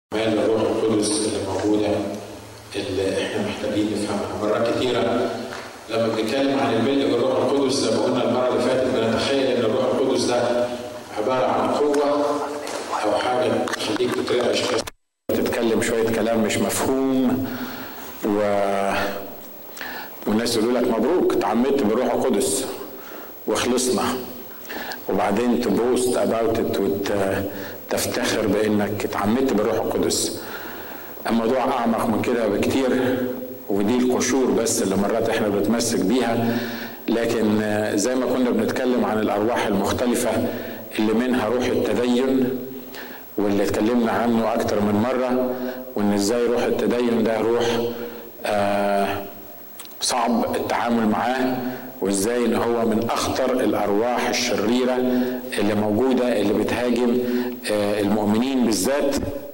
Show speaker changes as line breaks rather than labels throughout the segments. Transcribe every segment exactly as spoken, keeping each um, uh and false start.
أعمال الروح القدس اللي موجودة اللي احنا محتاجين نفهمها. مرات كتيرة لما بنتكلم عن الملء بالروح القدس زي ما قلنا المرة اللي فاتت بنتخيل إن الروح القدس ده عبارة عن قوة أو حاجة تخليك تترعش كده، تتكلم شوية كلام مش مفهوم و... والناس يقولوا لك مبروك اتعمدت بالروح القدس وخلصنا، وبعدين تبوست اباوت ات وتفتخر بانك اتعمدت بالروح القدس. الموضوع اعمق من كده بكتير، ودي القشور بس اللي مرات احنا بنتمسك بيها. لكن زي ما كنا بنتكلم عن الارواح المختلفه اللي منها روح التدين واللي اتكلمنا عنه اكتر من مره، وان ازاي روح التدين ده روح آه صعب التعامل معاه، وازاي ان هو من اخطر الارواح الشريره اللي موجوده اللي بتهاجم المؤمنين بالذات.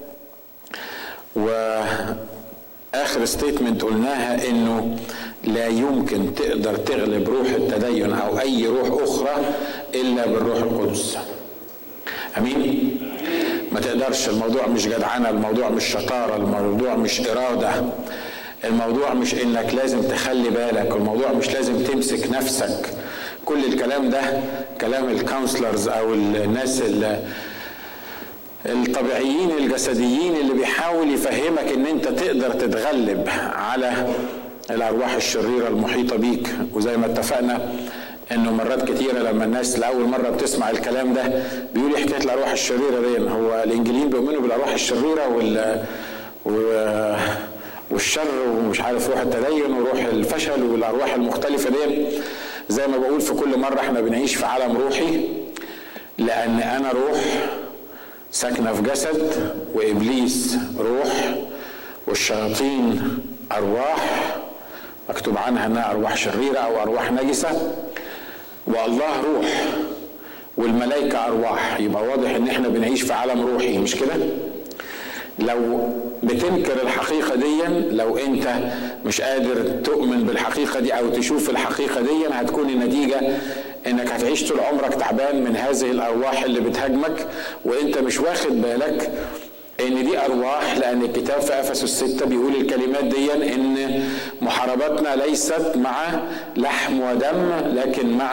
واخر ستيتمنت قلناها انه لا يمكن تقدر تغلب روح التدين او اي روح اخرى الا بالروح القدس. امين. ما تقدرش. الموضوع مش جدعنه، الموضوع مش شطاره، الموضوع مش اراده، الموضوع مش انك لازم تخلي بالك، الموضوع مش لازم تمسك نفسك. كل الكلام ده كلام الكونسلرز او الناس الطبيعيين الجسديين اللي بيحاول يفهمك ان انت تقدر تتغلب على الارواح الشريرة المحيطة بيك. وزي ما اتفقنا انه مرات كتيرة لما الناس لاول مرة بتسمع الكلام ده بيقول حكاية الارواح الشريرة دي، هو الانجيليين بيؤمنوا بالارواح الشريرة وال و... والشر ومش عارف روح التدين وروح الفشل والارواح المختلفه دي. زي ما بقول في كل مره احنا بنعيش في عالم روحي، لان انا روح ساكنه في جسد، وابليس روح، والشياطين ارواح مكتوب عنها انها ارواح شريره او ارواح نجسه، والله روح، والملائكه ارواح. يبقى واضح ان احنا بنعيش في عالم روحي، مش كده؟ لو بتنكر الحقيقة دي، لو انت مش قادر تؤمن بالحقيقة دي او تشوف الحقيقة دي، هتكون النتيجة انك هتعيش طول عمرك تعبان من هذه الارواح اللي بتهاجمك وانت مش واخد بالك ان دي ارواح. لان الكتاب في افسس ستة بيقول الكلمات دي ان محاربتنا ليست مع لحم ودم لكن مع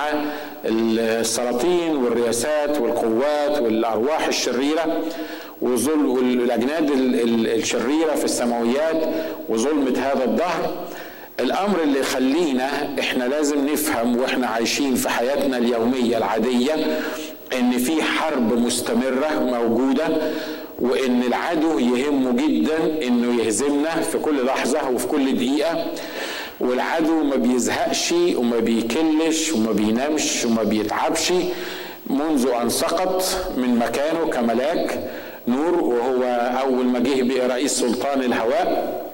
السلاطين والرياسات والقوات والارواح الشريرة وظل والاجناد الشريره في السماويات وظلمه هذا الدهر. الامر اللي يخلينا احنا لازم نفهم واحنا عايشين في حياتنا اليوميه العاديه ان في حرب مستمره موجوده، وان العدو يهمه جدا انه يهزمنا في كل لحظه وفي كل دقيقه. والعدو ما بيزهقش وما بيكلش وما بينامش وما بيتعبش منذ ان سقط من مكانه كملاك نور، وهو اول ما جه بقى رئيس سلطان الهواء،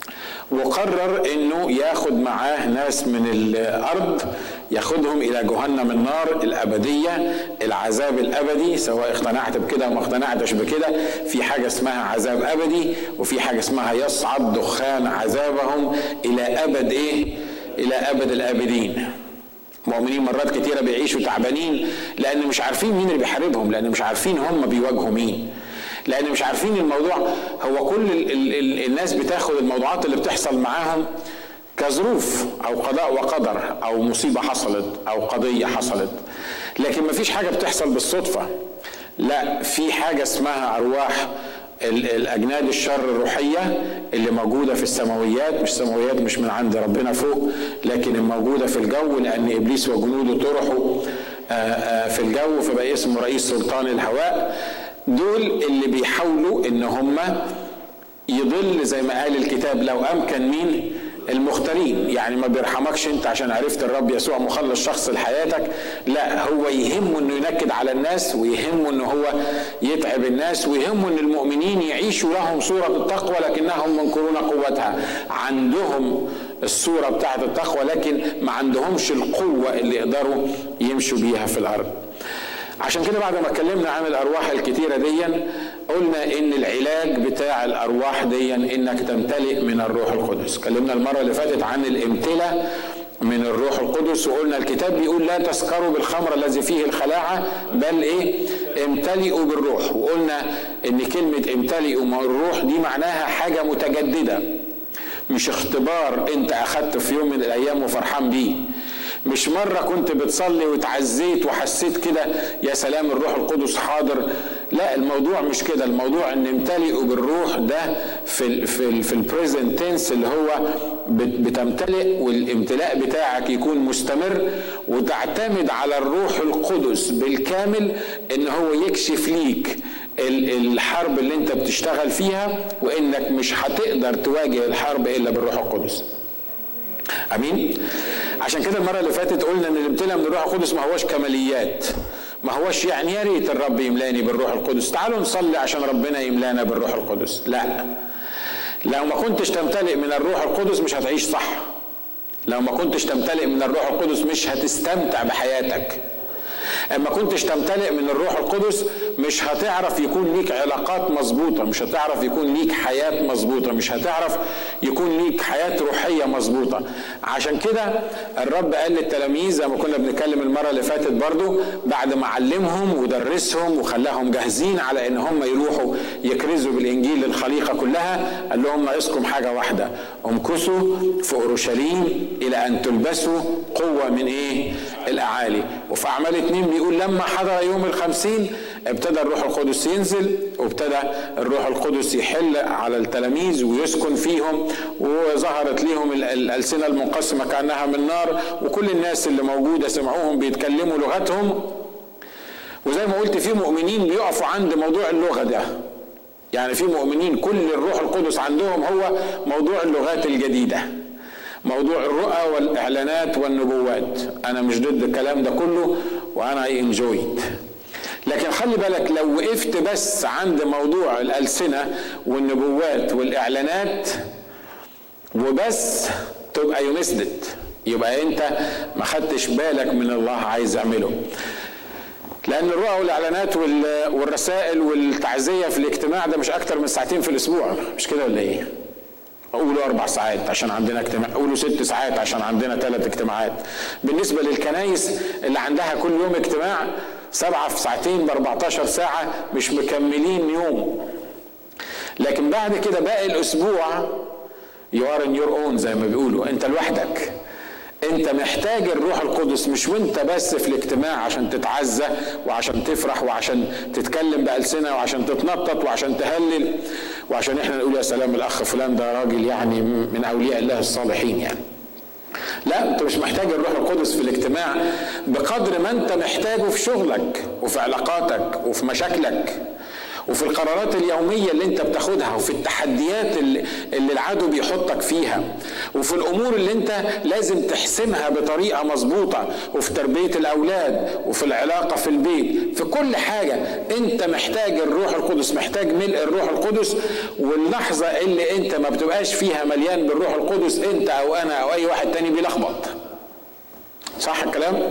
وقرر انه ياخد معاه ناس من الارض ياخدهم الى جهنم النار الابديه، العذاب الابدي. سواء اقتنعت بكده او ما اقتنعتش بكده، في حاجه اسمها عذاب ابدي، وفي حاجه اسمها يصعد دخان عذابهم الى ابد ايه؟ الى ابد الابدين. مؤمنين مرات كتيره بيعيشوا تعبانين لان مش عارفين مين اللي بيحاربهم، لان مش عارفين هم بيواجهوا مين، لان مش عارفين الموضوع. هو كل ال ال ال الناس بتاخد الموضوعات اللي بتحصل معاهم كظروف او قضاء وقدر او مصيبه حصلت او قضيه حصلت، لكن ما فيش حاجه بتحصل بالصدفه. لا، في حاجه اسمها ارواح الاجناد الشر الروحيه اللي موجوده في السماويات. مش سماويات مش من عند ربنا فوق، لكن الموجوده في الجو، لان ابليس وجنوده طرحوا في الجو فبقى اسمه رئيس سلطان الهواء. دول اللي بيحاولوا ان هم يضل زي ما قال الكتاب لو امكن مين؟ المختارين. يعني ما بيرحمكش انت عشان عرفت الرب يسوع مخلص شخص لحياتك، لا، هو يهمه انه ينكد على الناس، ويهمه انه هو يتعب الناس، ويهمه ان المؤمنين يعيشوا لهم صورة التقوى لكنهم منكرون قوتها. عندهم الصورة بتاعت التقوى لكن ما عندهمش القوة اللي يقدروا يمشوا بيها في الارض. عشان كده بعد ما اتكلمنا عن الارواح الكتيرة دي، قلنا ان العلاج بتاع الارواح دي انك تمتلئ من الروح القدس. اتكلمنا المرة اللي فاتت عن الامتلاء من الروح القدس، وقلنا الكتاب بيقول لا تسكروا بالخمر الذي فيه الخلاعة بل ايه؟ امتلئوا بالروح، وقلنا ان كلمة امتلئوا بالروح دي معناها حاجة متجددة، مش اختبار انت اخدته في يوم من الايام وفرحان بيه، مش مرة كنت بتصلي وتعزيت وحسيت كده يا سلام الروح القدس حاضر. لا، الموضوع مش كده، الموضوع ان امتلئوا بالروح ده في ال في ال في البريزنت تنس اللي هو بتمتلئ، والامتلاء بتاعك يكون مستمر وتعتمد على الروح القدس بالكامل ان هو يكشف ليك الحرب اللي انت بتشتغل فيها، وانك مش هتقدر تواجه الحرب الا بالروح القدس. امين. عشان كده المره اللي فاتت قلنا ان الامتلاء من الروح القدس ما هوش كماليات، ما هوش يعني يا ريت الرب يملاني بالروح القدس، تعالوا نصلي عشان ربنا يملانا بالروح القدس. لا، لو ما كنتش تمتلئ من الروح القدس مش هتعيش صح، لو ما كنتش تمتلئ من الروح القدس مش هتستمتع بحياتك، اما كنتش تمتلئ من الروح القدس مش هتعرف يكون ليك علاقات مظبوطه، مش هتعرف يكون ليك حياه مظبوطه، مش هتعرف يكون ليك حياه روحيه مظبوطه. عشان كده الرب قال للتلاميذ زي ما كنا بنتكلم المره اللي فاتت برضو، بعد ما علمهم ودرسهم وخلاهم جاهزين على ان هم يروحوا يكرزوا بالانجيل للخليقه كلها، قال لهم ناقصكم حاجه واحده، امكثوا في اورشليم الى ان تلبسوا قوه من ايه؟ الاعالي. وفي اعمال اتنين بيقول لما حضر يوم الخمسين ابتدى الروح القدس ينزل، وابتدى الروح القدس يحل على التلاميذ ويسكن فيهم، وظهرت ليهم الألسنة المنقسمة كأنها من نار، وكل الناس اللي موجودة سمعوهم بيتكلموا لغتهم. وزي ما قلت في مؤمنين بيقفوا عند موضوع اللغة ده، يعني في مؤمنين كل الروح القدس عندهم هو موضوع اللغات الجديدة، موضوع الرؤى والإعلانات والنبوات. أنا مش ضد الكلام ده كله وأنا انجويت، لكن خلي بالك لو وقفت بس عند موضوع الألسنة والنبوات والإعلانات وبس تبقى يمسدت، يبقى أنت ما خدتش بالك من الله عايز يعمله. لأن الرؤى والإعلانات والرسائل والتعزية في الاجتماع ده مش أكتر من ساعتين في الأسبوع، مش كده ولا إيه؟ قولوا أربع ساعات عشان عندنا اجتماع، قولوا ست ساعات عشان عندنا ثلاث اجتماعات. بالنسبة للكنايس اللي عندها كل يوم اجتماع سبعة في ساعتين باربعتاشر ساعة مش مكملين يوم. لكن بعد كده باقي الأسبوع you are in your own زي ما بيقولوا، أنت لوحدك. أنت محتاج الروح القدس، مش وأنت بس في الاجتماع عشان تتعزى وعشان تفرح وعشان تتكلم بألسنة وعشان تتنطط وعشان تهلل وعشان احنا نقول يا سلام الأخ فلان ده راجل يعني من أولياء الله الصالحين يعني. لا، انت مش محتاج الروح القدس في الاجتماع بقدر ما انت محتاجه في شغلك وفي علاقاتك وفي مشاكلك وفي القرارات اليومية اللي انت بتاخدها وفي التحديات اللي, اللي العدو بيحطك فيها وفي الامور اللي انت لازم تحسمها بطريقة مظبوطة وفي تربية الاولاد وفي العلاقة في البيت. في كل حاجة انت محتاج الروح القدس، محتاج ملء الروح القدس. واللحظة اللي انت ما بتبقاش فيها مليان بالروح القدس انت او انا او اي واحد تاني بيلخبط. صح الكلام؟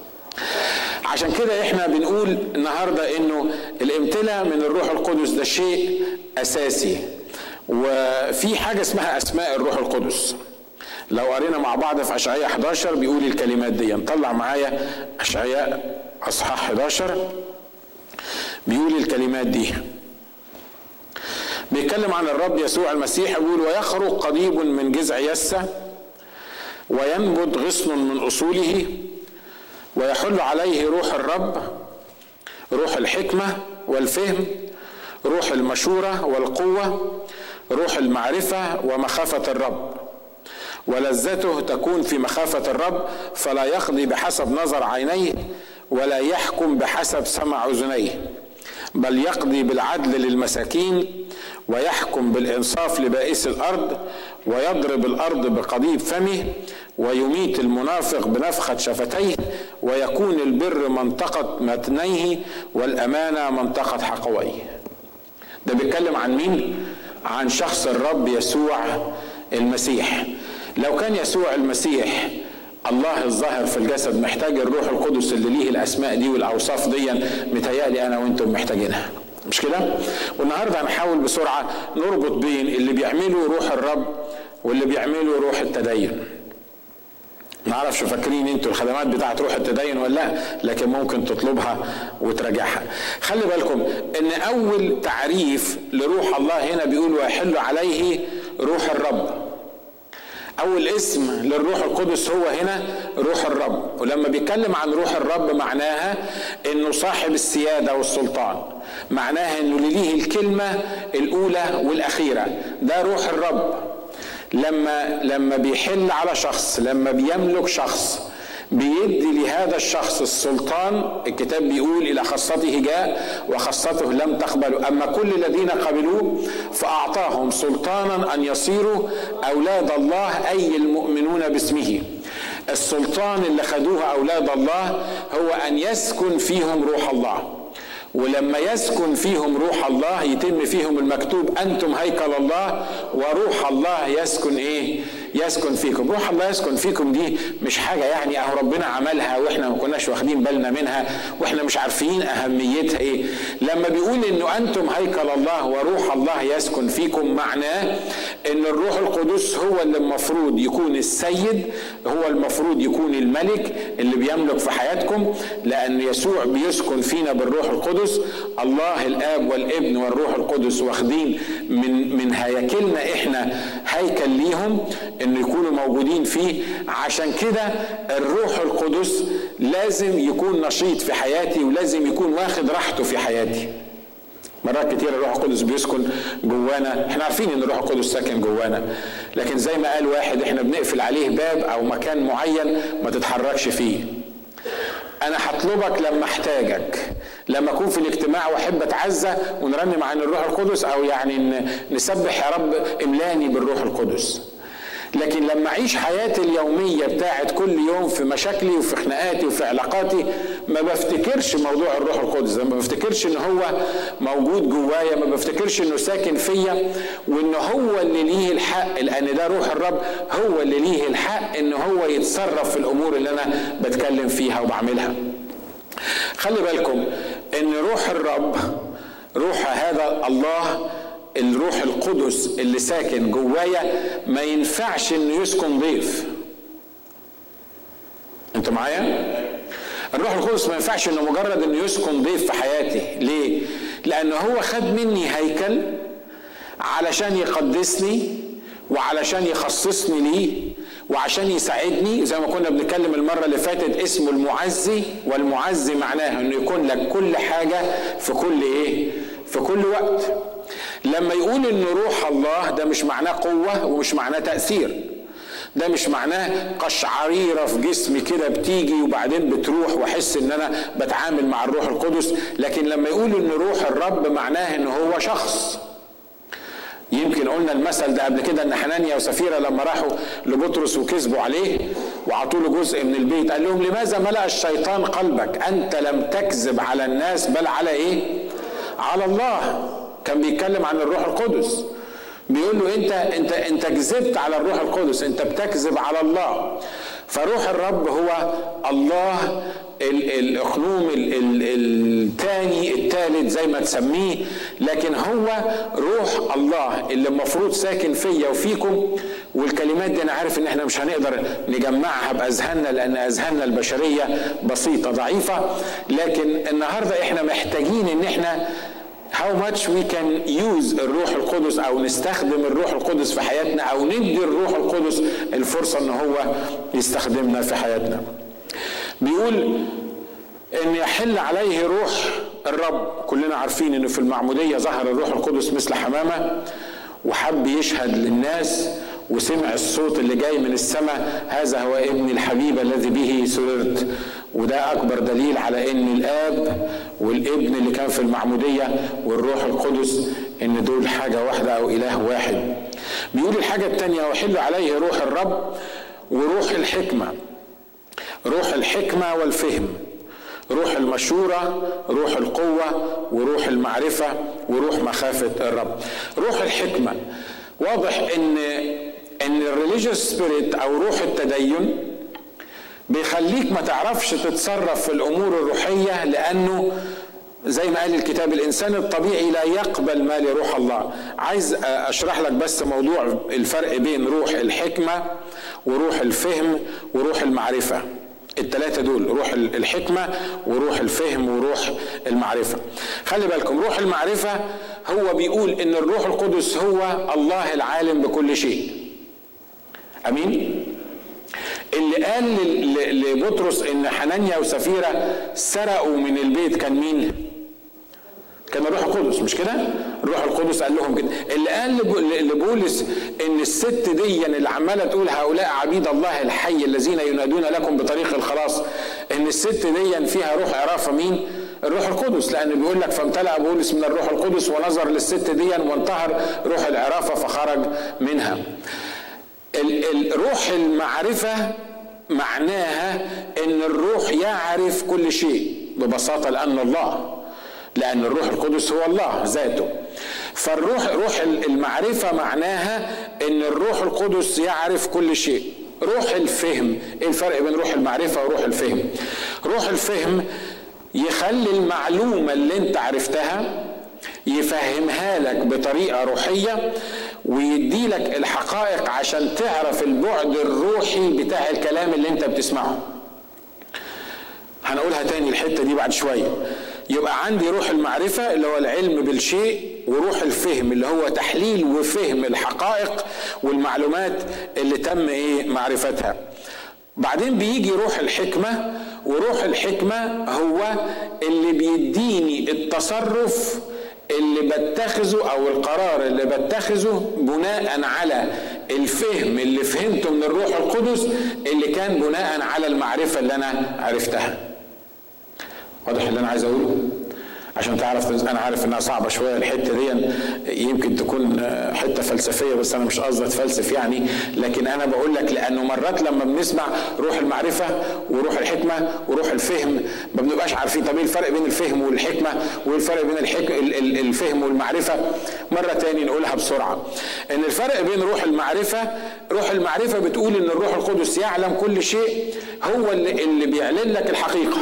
عشان كده احنا بنقول النهاردة انه الامتلاء من الروح القدس ده شيء اساسي. وفي حاجة اسمها اسماء الروح القدس. لو قرينا مع بعض في اشعياء احداشر بيقول الكلمات دي. نطلع معايا اشعياء اصحاح احداشر بيقول الكلمات دي. بيتكلم عن الرب يسوع المسيح، بيقول ويخرج قضيب من جذع يسة وينبت غصن من اصوله ويحل عليه روح الرب، روح الحكمة والفهم، روح المشورة والقوة، روح المعرفة ومخافة الرب. ولذته تكون في مخافة الرب، فلا يقضي بحسب نظر عينيه ولا يحكم بحسب سمع أذنيه، بل يقضي بالعدل للمساكين ويحكم بالإنصاف لبائس الأرض، ويضرب الأرض بقضيب فمه، ويميت المنافق بنفخة شفتيه، ويكون البر منطقة متنيه والأمانة منطقة حقويه. ده بيتكلم عن مين؟ عن شخص الرب يسوع المسيح. لو كان يسوع المسيح الله الظاهر في الجسد محتاج الروح القدس اللي ليه الأسماء دي والأوصاف دي، متهيألي أنا وإنتم محتاجينها، مش كده؟ والنهاردة هنحاول بسرعة نربط بين اللي بيعمله روح الرب واللي بيعمله روح التدين. ما اعرفش فاكرين انتوا الخدمات بتاعت روح التدين ولا لا، لكن ممكن تطلبها وتراجعها. خلي بالكم ان اول تعريف لروح الله هنا بيقول ويحل عليه روح الرب. اول اسم للروح القدس هو هنا روح الرب، ولما بيتكلم عن روح الرب معناها انه صاحب السيادة والسلطان، معناها انه ليه الكلمة الاولى والاخيرة، ده روح الرب. لما لما بيحل على شخص، لما بيملك شخص، بيدي لهذا الشخص السلطان. الكتاب بيقول إلى خاصته جاء وخاصته لم تقبلوا، أما كل الذين قبلوه فأعطاهم سلطانا أن يصيروا أولاد الله، أي المؤمنون باسمه. السلطان اللي خدوه أولاد الله هو أن يسكن فيهم روح الله، ولما يسكن فيهم روح الله يتم فيهم المكتوب أنتم هيكل الله وروح الله يسكن إيه؟ يسكن فيكم. روح الله يسكن فيكم دي مش حاجة يعني اهو ربنا عملها واحنا ما كناش واخدين بالنا منها واحنا مش عارفين اهميتها ايه. لما بيقول انه انتم هيكل الله وروح الله يسكن فيكم، معناه ان الروح القدس هو اللي المفروض يكون السيد، هو المفروض يكون الملك اللي بيملك في حياتكم، لان يسوع بيسكن فينا بالروح القدس. الله الاب والابن والروح القدس واخدين من من هياكلنا احنا هيكل ليهم انه يكونوا موجودين فيه. عشان كده الروح القدس لازم يكون نشيط في حياتي ولازم يكون واخد راحته في حياتي. مرات كتير الروح القدس بيسكن جوانا، احنا عارفين ان الروح القدس ساكن جوانا، لكن زي ما قال واحد احنا بنقفل عليه باب او مكان معين ما تتحركش فيه. انا هطلبك لما احتاجك، لما اكون في الاجتماع واحب اتعزى ونرنم عن الروح القدس، او يعني نسبح يا رب املاني بالروح القدس. لكن لما اعيش حياتي اليوميه بتاعت كل يوم في مشاكلي وفي خناقاتي وفي علاقاتي ما بفتكرش موضوع الروح القدس، ما بفتكرش ان هو موجود جوايا، ما بفتكرش انه ساكن فيا وان هو اللي ليه الحق، لان ده روح الرب هو اللي ليه الحق ان هو يتصرف في الامور اللي انا بتكلم فيها وبعملها. خلي بالكم ان روح الرب، روح هذا الله الروح القدس اللي ساكن جوايا، ما ينفعش انه يسكن ضيف. انتوا معايا؟ الروح القدس ما ينفعش انه مجرد انه يسكن ضيف في حياتي. ليه؟ لانه هو خد مني هيكل علشان يقدسني وعلشان يخصصني ليه وعشان يساعدني. زي ما كنا بنتكلم المرة اللي فاتت اسمه المعزي، والمعزي معناه انه يكون لك كل حاجة في كل ايه؟ في كل وقت. لما يقول ان روح الله ده مش معناه قوة ومش معناه تأثير، ده مش معناه قشعريرة في جسمي كده بتيجي وبعدين بتروح واحس ان انا بتعامل مع الروح القدس. لكن لما يقول ان روح الرب معناه ان هو شخص. يمكن قلنا المثل ده قبل كده ان حنانيا وسفيرة لما راحوا لبطرس وكذبوا عليه وعطوا له جزء من البيت، قال لهم لماذا ملأ الشيطان قلبك؟ انت لم تكذب على الناس بل على ايه؟ على الله. كان بيتكلم عن الروح القدس، بيقول له انت انت انت كذبت على الروح القدس، انت بتكذب على الله. فروح الرب هو الله الاقنوم الثاني الثالث زي ما تسميه، لكن هو روح الله اللي المفروض ساكن فيا وفيكم. والكلمات دي انا عارف ان احنا مش هنقدر نجمعها باذهاننا لان اذهاننا البشريه بسيطه ضعيفه، لكن النهارده احنا محتاجين ان احنا how much we can use الروح القدس او نستخدم الروح القدس في حياتنا، او ندي الروح القدس الفرصة ان هو يستخدمنا في حياتنا. بيقول ان يحل عليه روح الرب. كلنا عارفين انه في المعمودية ظهر الروح القدس مثل حمامة وحب يشهد للناس وسمع الصوت اللي جاي من السماء، هذا هو ابن الحبيب الذي به سررت. وده اكبر دليل على ان الاب والابن اللي كان في المعمودية والروح القدس ان دول حاجة واحدة او اله واحد. بيقول الحاجة التانية ويحل عليه روح الرب وروح الحكمة. روح الحكمة والفهم، روح المشورة، روح القوة، وروح المعرفة، وروح مخافة الرب. روح الحكمة واضح ان ان الريليجيوس سبيريت او روح التدين بيخليك ما تعرفش تتصرف في الامور الروحية، لانه زي ما قال الكتاب الإنسان الطبيعي لا يقبل ما لروح الله. عايز أشرح لك بس موضوع الفرق بين روح الحكمة وروح الفهم وروح المعرفة. الثلاثة دول، روح الحكمة وروح الفهم وروح المعرفة. خلي بالكم، روح المعرفة هو بيقول إن الروح القدس هو الله العالم بكل شيء. أمين؟ اللي قال لبطرس إن حنانيا وسفيرة سرقوا من البيت كان مين؟ كان الروح القدس، مش كده؟ الروح القدس قال لهم كده. اللي قال لبولس ان الست دي اللي عماله تقول هؤلاء عبيد الله الحي الذين ينادون لكم بطريق الخلاص، ان الست دي فيها روح عرافه مين؟ الروح القدس، لان بيقول لك فامتلأ بولس من الروح القدس ونظر للست دي وانتهر روح العرافه فخرج منها. الروح المعرفه معناها ان الروح يعرف كل شيء ببساطه، لان الله لأن الروح القدس هو الله ذاته. فالروح روح المعرفة معناها إن الروح القدس يعرف كل شيء. روح الفهم، إيه الفرق بين روح المعرفة وروح الفهم؟ روح الفهم يخلي المعلومة اللي أنت عرفتها يفهمها لك بطريقة روحية ويدي لك الحقائق عشان تعرف البعد الروحي بتاع الكلام اللي أنت بتسمعه. هنقولها تاني الحتة دي بعد شوية. يبقى عندي روح المعرفة اللي هو العلم بالشيء، وروح الفهم اللي هو تحليل وفهم الحقائق والمعلومات اللي تم ايه معرفتها. بعدين بيجي روح الحكمة، وروح الحكمة هو اللي بيديني التصرف اللي بتخذه او القرار اللي بتخذه بناء على الفهم اللي فهمته من الروح القدس اللي كان بناء على المعرفة اللي انا عرفتها. واضح اللي انا عايز اقوله؟ عشان تعرف، انا عارف انها صعبه شويه الحته دي، يمكن تكون حته فلسفيه بس انا مش قصدي اتفلسف يعني، لكن انا بقول لك لانه مرات لما بنسمع روح المعرفه وروح الحكمه وروح الفهم ما بنبقاش عارفين طب ايه الفرق بين الفهم والحكمه وايه الفرق بين الحك... الفهم والمعرفه. مره تاني نقولها بسرعه، ان الفرق بين روح المعرفه، روح المعرفه بتقول ان الروح القدس يعلم كل شيء، هو اللي, اللي بيعلن لك الحقيقه.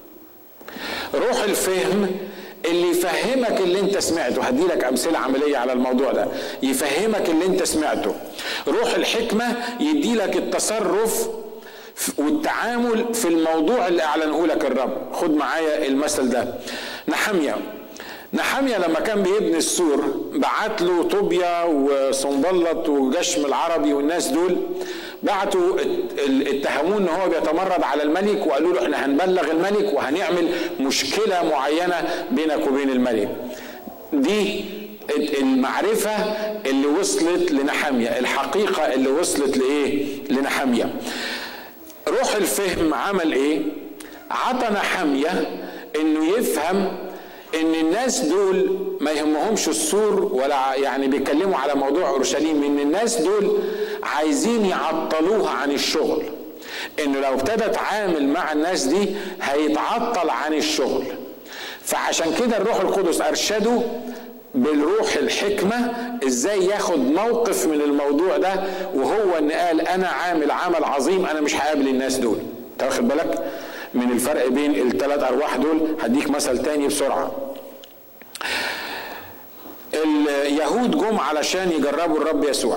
روح الفهم اللي يفهمك اللي انت سمعته، هدي لك امثله عمليه على الموضوع ده، يفهمك اللي انت سمعته. روح الحكمه يدي لك التصرف والتعامل في الموضوع اللي اعلنه لك الرب. خد معايا المثل ده. نحميا نحميا لما كان بيبني السور بعت له طوبيا وصنبلط وجشم العربي والناس دول، بعتوا اتهموه ان هو بيتمرد على الملك، وقالوا له احنا هنبلغ الملك وهنعمل مشكله معينه بينك وبين الملك. دي المعرفه اللي وصلت لنحميا، الحقيقه اللي وصلت لايه؟ لنحميا. روح الفهم عمل ايه؟ عطى نحميا انه يفهم ان الناس دول ما يهمهمش السور، ولا يعني بيتكلموا على موضوع اورشليم، ان الناس دول عايزين يعطلوها عن الشغل، انه لو ابتدى يتعامل مع الناس دي هيتعطل عن الشغل. فعشان كده الروح القدس ارشده بالروح الحكمة ازاي ياخد موقف من الموضوع ده، وهو ان قال انا عامل عمل عظيم، انا مش هقابل الناس دول. انت واخد بالك من الفرق بين الثلاث ارواح دول؟ هديك مثل تاني بسرعة. اليهود جم علشان يجربوا الرب يسوع،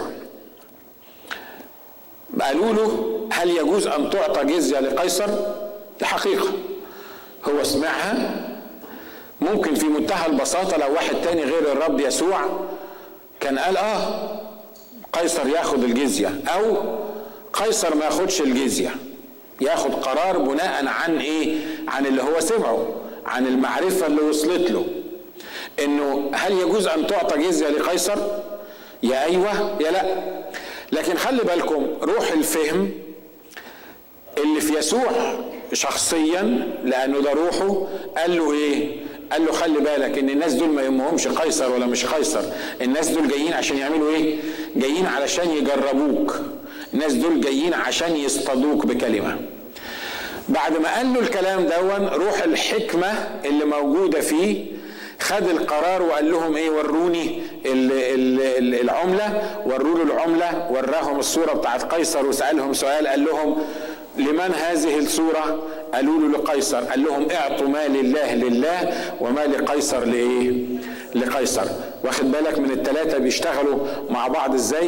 قالوا له هل يجوز ان تعطى جزية لقيصر؟ الحقيقة هو سمعها. ممكن في منتهى البساطة لو واحد تاني غير الرب يسوع كان قال اه قيصر ياخد الجزية، او قيصر ما ياخدش الجزية، ياخد قرار بناء عن ايه؟ عن اللي هو سمعه، عن المعرفة اللي وصلت له، انه هل يجوز ان تعطى جزية لقيصر؟ يا ايوه يا لا. لكن خلي بالكم، روح الفهم اللي في يسوع شخصيا، لانه ده روحه، قال له ايه؟ قال له خلي بالك ان الناس دول ما يهمهمش قيصر ولا مش قيصر، الناس دول جايين عشان يعملوا ايه؟ جايين علشان يجربوك، الناس دول جايين عشان يصطادوك بكلمة. بعد ما قال له الكلام دون، روح الحكمة اللي موجودة فيه خد القرار وقال لهم ايه؟ وروني العملة. وروا له العملة، وراهم الصورة بتاعت قيصر، وسألهم سؤال، قال لهم لمن هذه الصورة؟ قالوا له لقيصر، قال لهم اعطوا ما لله لله وما لقيصر لايه؟ لقيصر. واخد بالك من الثلاثه بيشتغلوا مع بعض ازاي؟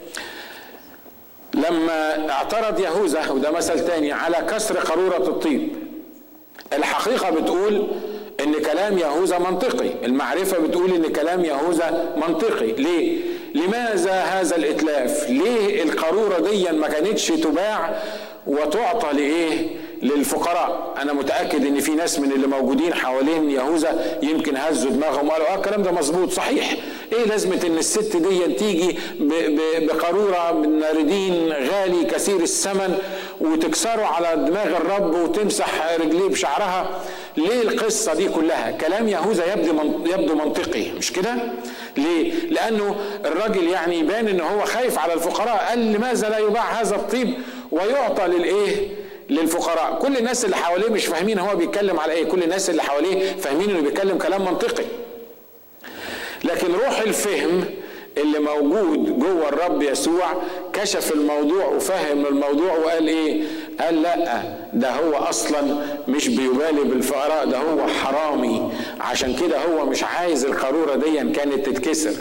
لما اعترض يهوذا، وده مثل تاني، على كسر قارورة الطيب، الحقيقة بتقول ان كلام يهوذا منطقي، المعرفة بتقول ان كلام يهوذا منطقي. ليه؟ لماذا هذا الاتلاف؟ ليه القارورة دي ما كانتش تباع وتعطى لايه؟ للفقراء؟ انا متاكد ان في ناس من اللي موجودين حوالين يهوذا يمكن هزوا دماغهم وقالوا اه الكلام ده مظبوط صحيح، ايه لازمه ان الست دي تيجي بقاروره من ناردين غالي كثير الثمن وتكسره على دماغ الرب وتمسح رجليه بشعرها؟ ليه القصه دي كلها؟ كلام يهوذا يبدو يبدو منطقي، مش كده؟ ليه؟ لانه الراجل يعني يبان ان هو خايف على الفقراء. قال لماذا لا يباع هذا الطيب ويعطى للايه؟ للفقراء. كل الناس اللي حواليه مش فاهمين هو بيتكلم على ايه، كل الناس اللي حواليه فاهمين انه بيتكلم كلام منطقي، لكن روح الفهم اللي موجود جوه الرب يسوع كشف الموضوع وفهم الموضوع وقال ايه؟ قال لا، ده هو اصلا مش بيبالي بالفقراء، ده هو حرامي، عشان كده هو مش عايز القارورة دي كانت تتكسر.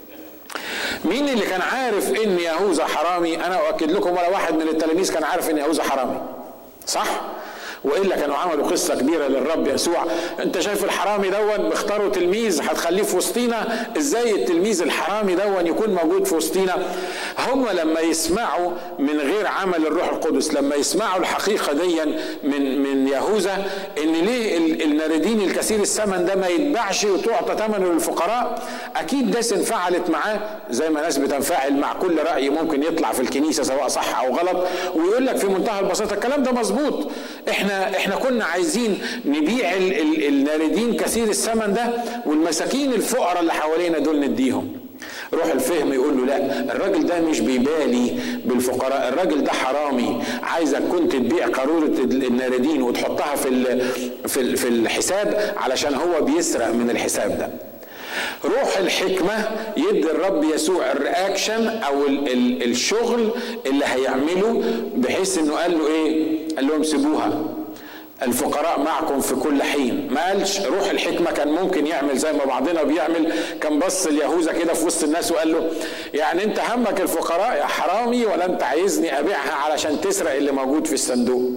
مين اللي كان عارف ان يهوذا حرامي؟ انا اؤكد لكم ولا واحد من التلاميذ كان عارف ان يهوذا حرامي، صح؟ والا كانوا عملوا قصه كبيره للرب يسوع. انت شايف الحرامي دون بيختاروا تلميذ هتخليه في وسطينا، ازاي التلميذ الحرامي دون يكون موجود في وسطينا؟ هم لما يسمعوا من غير عمل الروح القدس، لما يسمعوا الحقيقه دي من من يهوذا ان ليه الناردين الكثير الثمن ده ما يتباعش وتعطى ثمنه للفقراء، اكيد ناس انفعلت معاه زي ما ناس بتنفعل مع كل راي ممكن يطلع في الكنيسه سواء صح او غلط، ويقول لك في منتهى البساطه الكلام ده مظبوط، احنا احنا كنا عايزين نبيع ال ال الناردين كثير الثمن ده والمساكين الفقراء اللي حوالينا دول نديهم. روح الفهم يقول له لا، الراجل ده مش بيبالي بالفقراء، الراجل ده حرامي، عايزك كنت تبيع قارورة الناردين وتحطها في في في الحساب علشان هو بيسرق من الحساب ده. روح الحكمة يدي الرب يسوع الرياكشن او ال ال الشغل اللي هيعمله، بحيث انه قال له ايه؟ قال لهم سيبوها، الفقراء معكم في كل حين. ما قالش روح الحكمة كان ممكن يعمل زي ما بعضنا بيعمل، كان بص اليهوذا كده في وسط الناس وقال له يعني انت همك الفقراء يا حرامي ولا انت عايزني ابيعها علشان تسرق اللي موجود في الصندوق؟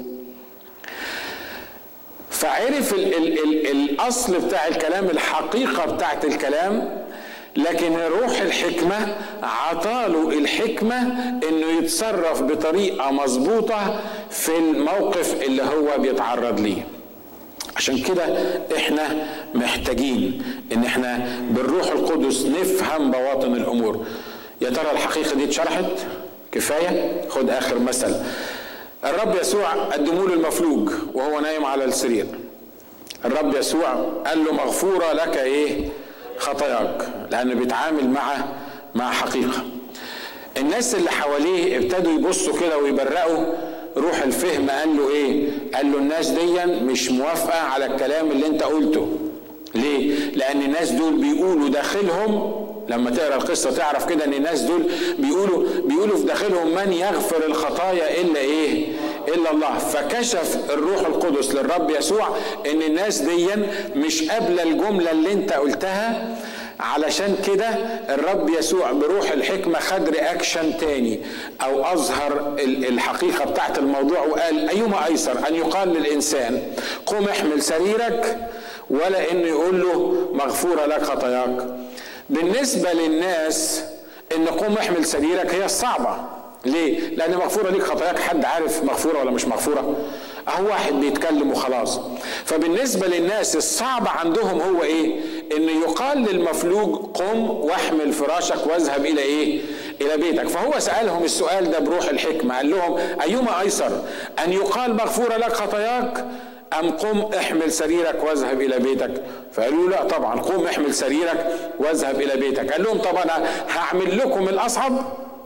فعرف ال ال ال الاصل بتاع الكلام، الحقيقة بتاعت الكلام، لكن روح الحكمة عطاله الحكمة انه يتصرف بطريقة مظبوطة في الموقف اللي هو بيتعرض ليه. عشان كده احنا محتاجين ان احنا بالروح القدس نفهم بواطن الامور. يا ترى الحقيقة دي اتشرحت كفاية؟ خد اخر مثل. الرب يسوع قدموا له المفلوج وهو نايم على السرير. الرب يسوع قال له مغفورة لك ايه؟ خطاياك، لأنه بيتعامل مع مع حقيقة. الناس اللي حواليه ابتدوا يبصوا كده ويبرقوا. روح الفهم قال له ايه؟ قال له الناس دي مش موافقة على الكلام اللي انت قلته. ليه؟ لأن الناس دول بيقولوا داخلهم، لما تقرأ القصة تعرف كده ان الناس دول بيقولوا بيقولوا في داخلهم من يغفر الخطايا إلا ايه؟ إلا الله. فكشف الروح القدس للرب يسوع ان الناس دي مش قابلة الجملة اللي انت قلتها، علشان كده الرب يسوع بروح الحكمة خد رياكشن تاني او اظهر الحقيقة بتاعت الموضوع وقال ايما ايسر ان يقال للانسان قم احمل سريرك، ولا انه يقول له مغفورة لك خطاياك. بالنسبة للناس ان قم احمل سريرك هي الصعبة. ليه؟ لان مغفورة ليك خطاياك، حد عارف مغفورة ولا مش مغفورة؟ اهو واحد بيتكلم وخلاص. فبالنسبة للناس الصعب عندهم هو ايه؟ انه يقال للمفلوج قم واحمل فراشك واذهب الى ايه؟ الى بيتك. فهو سألهم السؤال ده بروح الحكمة، قال لهم ايما ايسر ان يقال مغفورة لك خطاياك أم قم احمل سريرك واذهب إلى بيتك؟ فقالوا لا طبعا قم احمل سريرك واذهب إلى بيتك. قال لهم طب أنا هعمل لكم الأصعب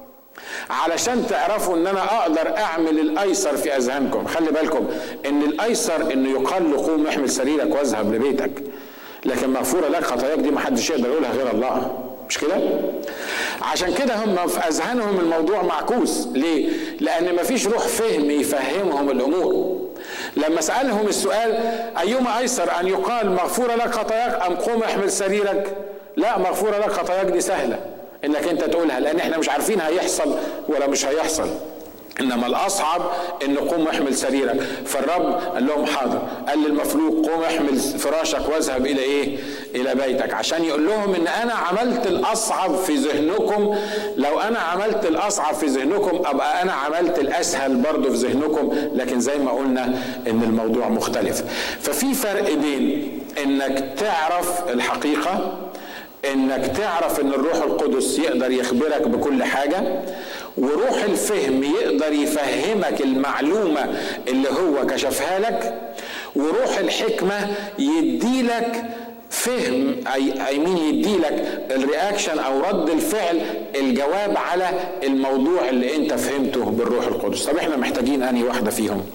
علشان تعرفوا ان انا اقدر اعمل الايسر في اذهانكم. خلي بالكم ان الايسر انه يقال له قوم احمل سريرك واذهب لبيتك، لكن مغفورة لك خطاياك دي محدش يقدر يقولها غير الله، مش كده؟ عشان كده هم في اذهانهم الموضوع معكوس. ليه؟ لان مفيش روح فهم يفهمهم الامور، لما سألهم السؤال أيما أيسر أن يقال مغفورة لك خطاياك أم قوم احمل سريرك؟ لا، مغفورة لك خطاياك دي سهلة إنك أنت تقولها، لأن إحنا مش عارفين هيحصل ولا مش هيحصل، إنما الأصعب إن قوم احمل سريرك. فالرب قال لهم حاضر. قال للمفلوج قوم احمل فراشك واذهب إلى إيه؟ إلى بيتك، عشان يقول لهم إن أنا عملت الأصعب في ذهنكم. لو أنا عملت الأصعب في ذهنكم أبقى أنا عملت الأسهل برضو في ذهنكم، لكن زي ما قلنا إن الموضوع مختلف. ففي فرق بين إنك تعرف الحقيقة، انك تعرف ان الروح القدس يقدر يخبرك بكل حاجة، وروح الفهم يقدر يفهمك المعلومة اللي هو كشفها لك، وروح الحكمة يديلك فهم اي اي مين يديلك الرياكشن او رد الفعل، الجواب على الموضوع اللي انت فهمته بالروح القدس. طب احنا محتاجين انهي واحدة فيهم؟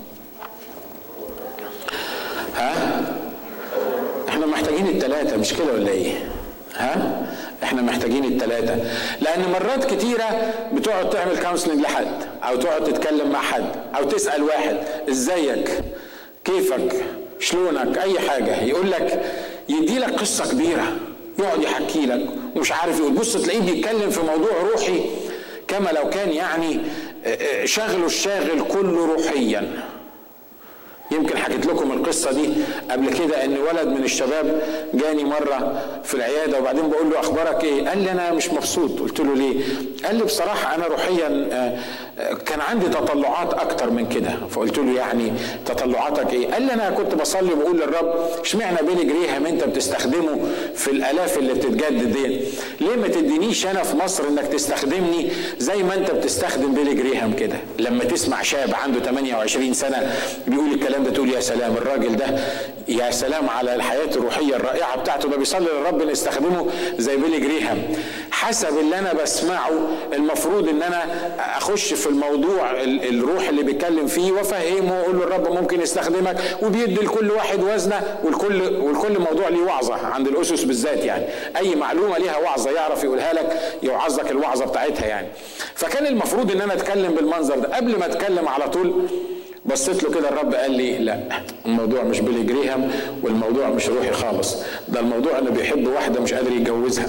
ها؟ احنا محتاجين الثلاثة، مش كده ولا ايه؟ ها؟ احنا محتاجين الثلاثة، لان مرات كتيرة بتقعد تعمل كونسلنج لحد، او تقعد تتكلم مع حد، او تسأل واحد ازيك، كيفك، شلونك، اي حاجة، يقول لك يدي لك قصة كبيرة، يقعد يحكي لك ومش عارف يقول، بص تلاقيه بيتكلم في موضوع روحي كما لو كان يعني شغله الشاغل كله روحيا. يمكن حكيت لكم القصة دي قبل كده، ان ولد من الشباب جاني مرة في العيادة، وبعدين بقول له اخبارك ايه؟ قال لي انا مش مبسوط. قلت له ليه؟ قال لي بصراحة انا روحيا كان عندي تطلعات اكتر من كده. فقلت له يعني تطلعاتك ايه؟ قال لي انا كنت بصلي وبقول للرب اشمعنى بيلي جريهام انت بتستخدمه في الالاف اللي بتتجدد دي، ليه ما تدينيش انا في مصر انك تستخدمني زي ما انت بتستخدم بيلي جريهام كده؟ لما تسمع شاب عنده ثمانية وعشرين سنة بيقول الكلام ده تقول يا سلام، الراجل ده يا سلام على الحياة الروحية الرائعة بتاعته، ده بيصلي للرب نستخدمه زي بيلي جريهام. حسب اللي انا بسمعه المفروض ان انا اخش في الموضوع الروح اللي بيتكلم فيه وافهمه واقول له الرب ممكن يستخدمك، وبيدي لكل واحد وزنه، والكل والكل موضوع ليه وعظة عند الاسس بالذات، يعني اي معلومة ليها وعظة يعرف يقولها لك، يوعظك الوعظة بتاعتها يعني. فكان المفروض ان انا اتكلم بالمنظر ده. قبل ما اتكلم على طول بصيت له كده، الرب قال لي لا، الموضوع مش بيلي جريهام، والموضوع مش روحي خالص، ده الموضوع انه بيحب واحدة مش قادر يتجوزها.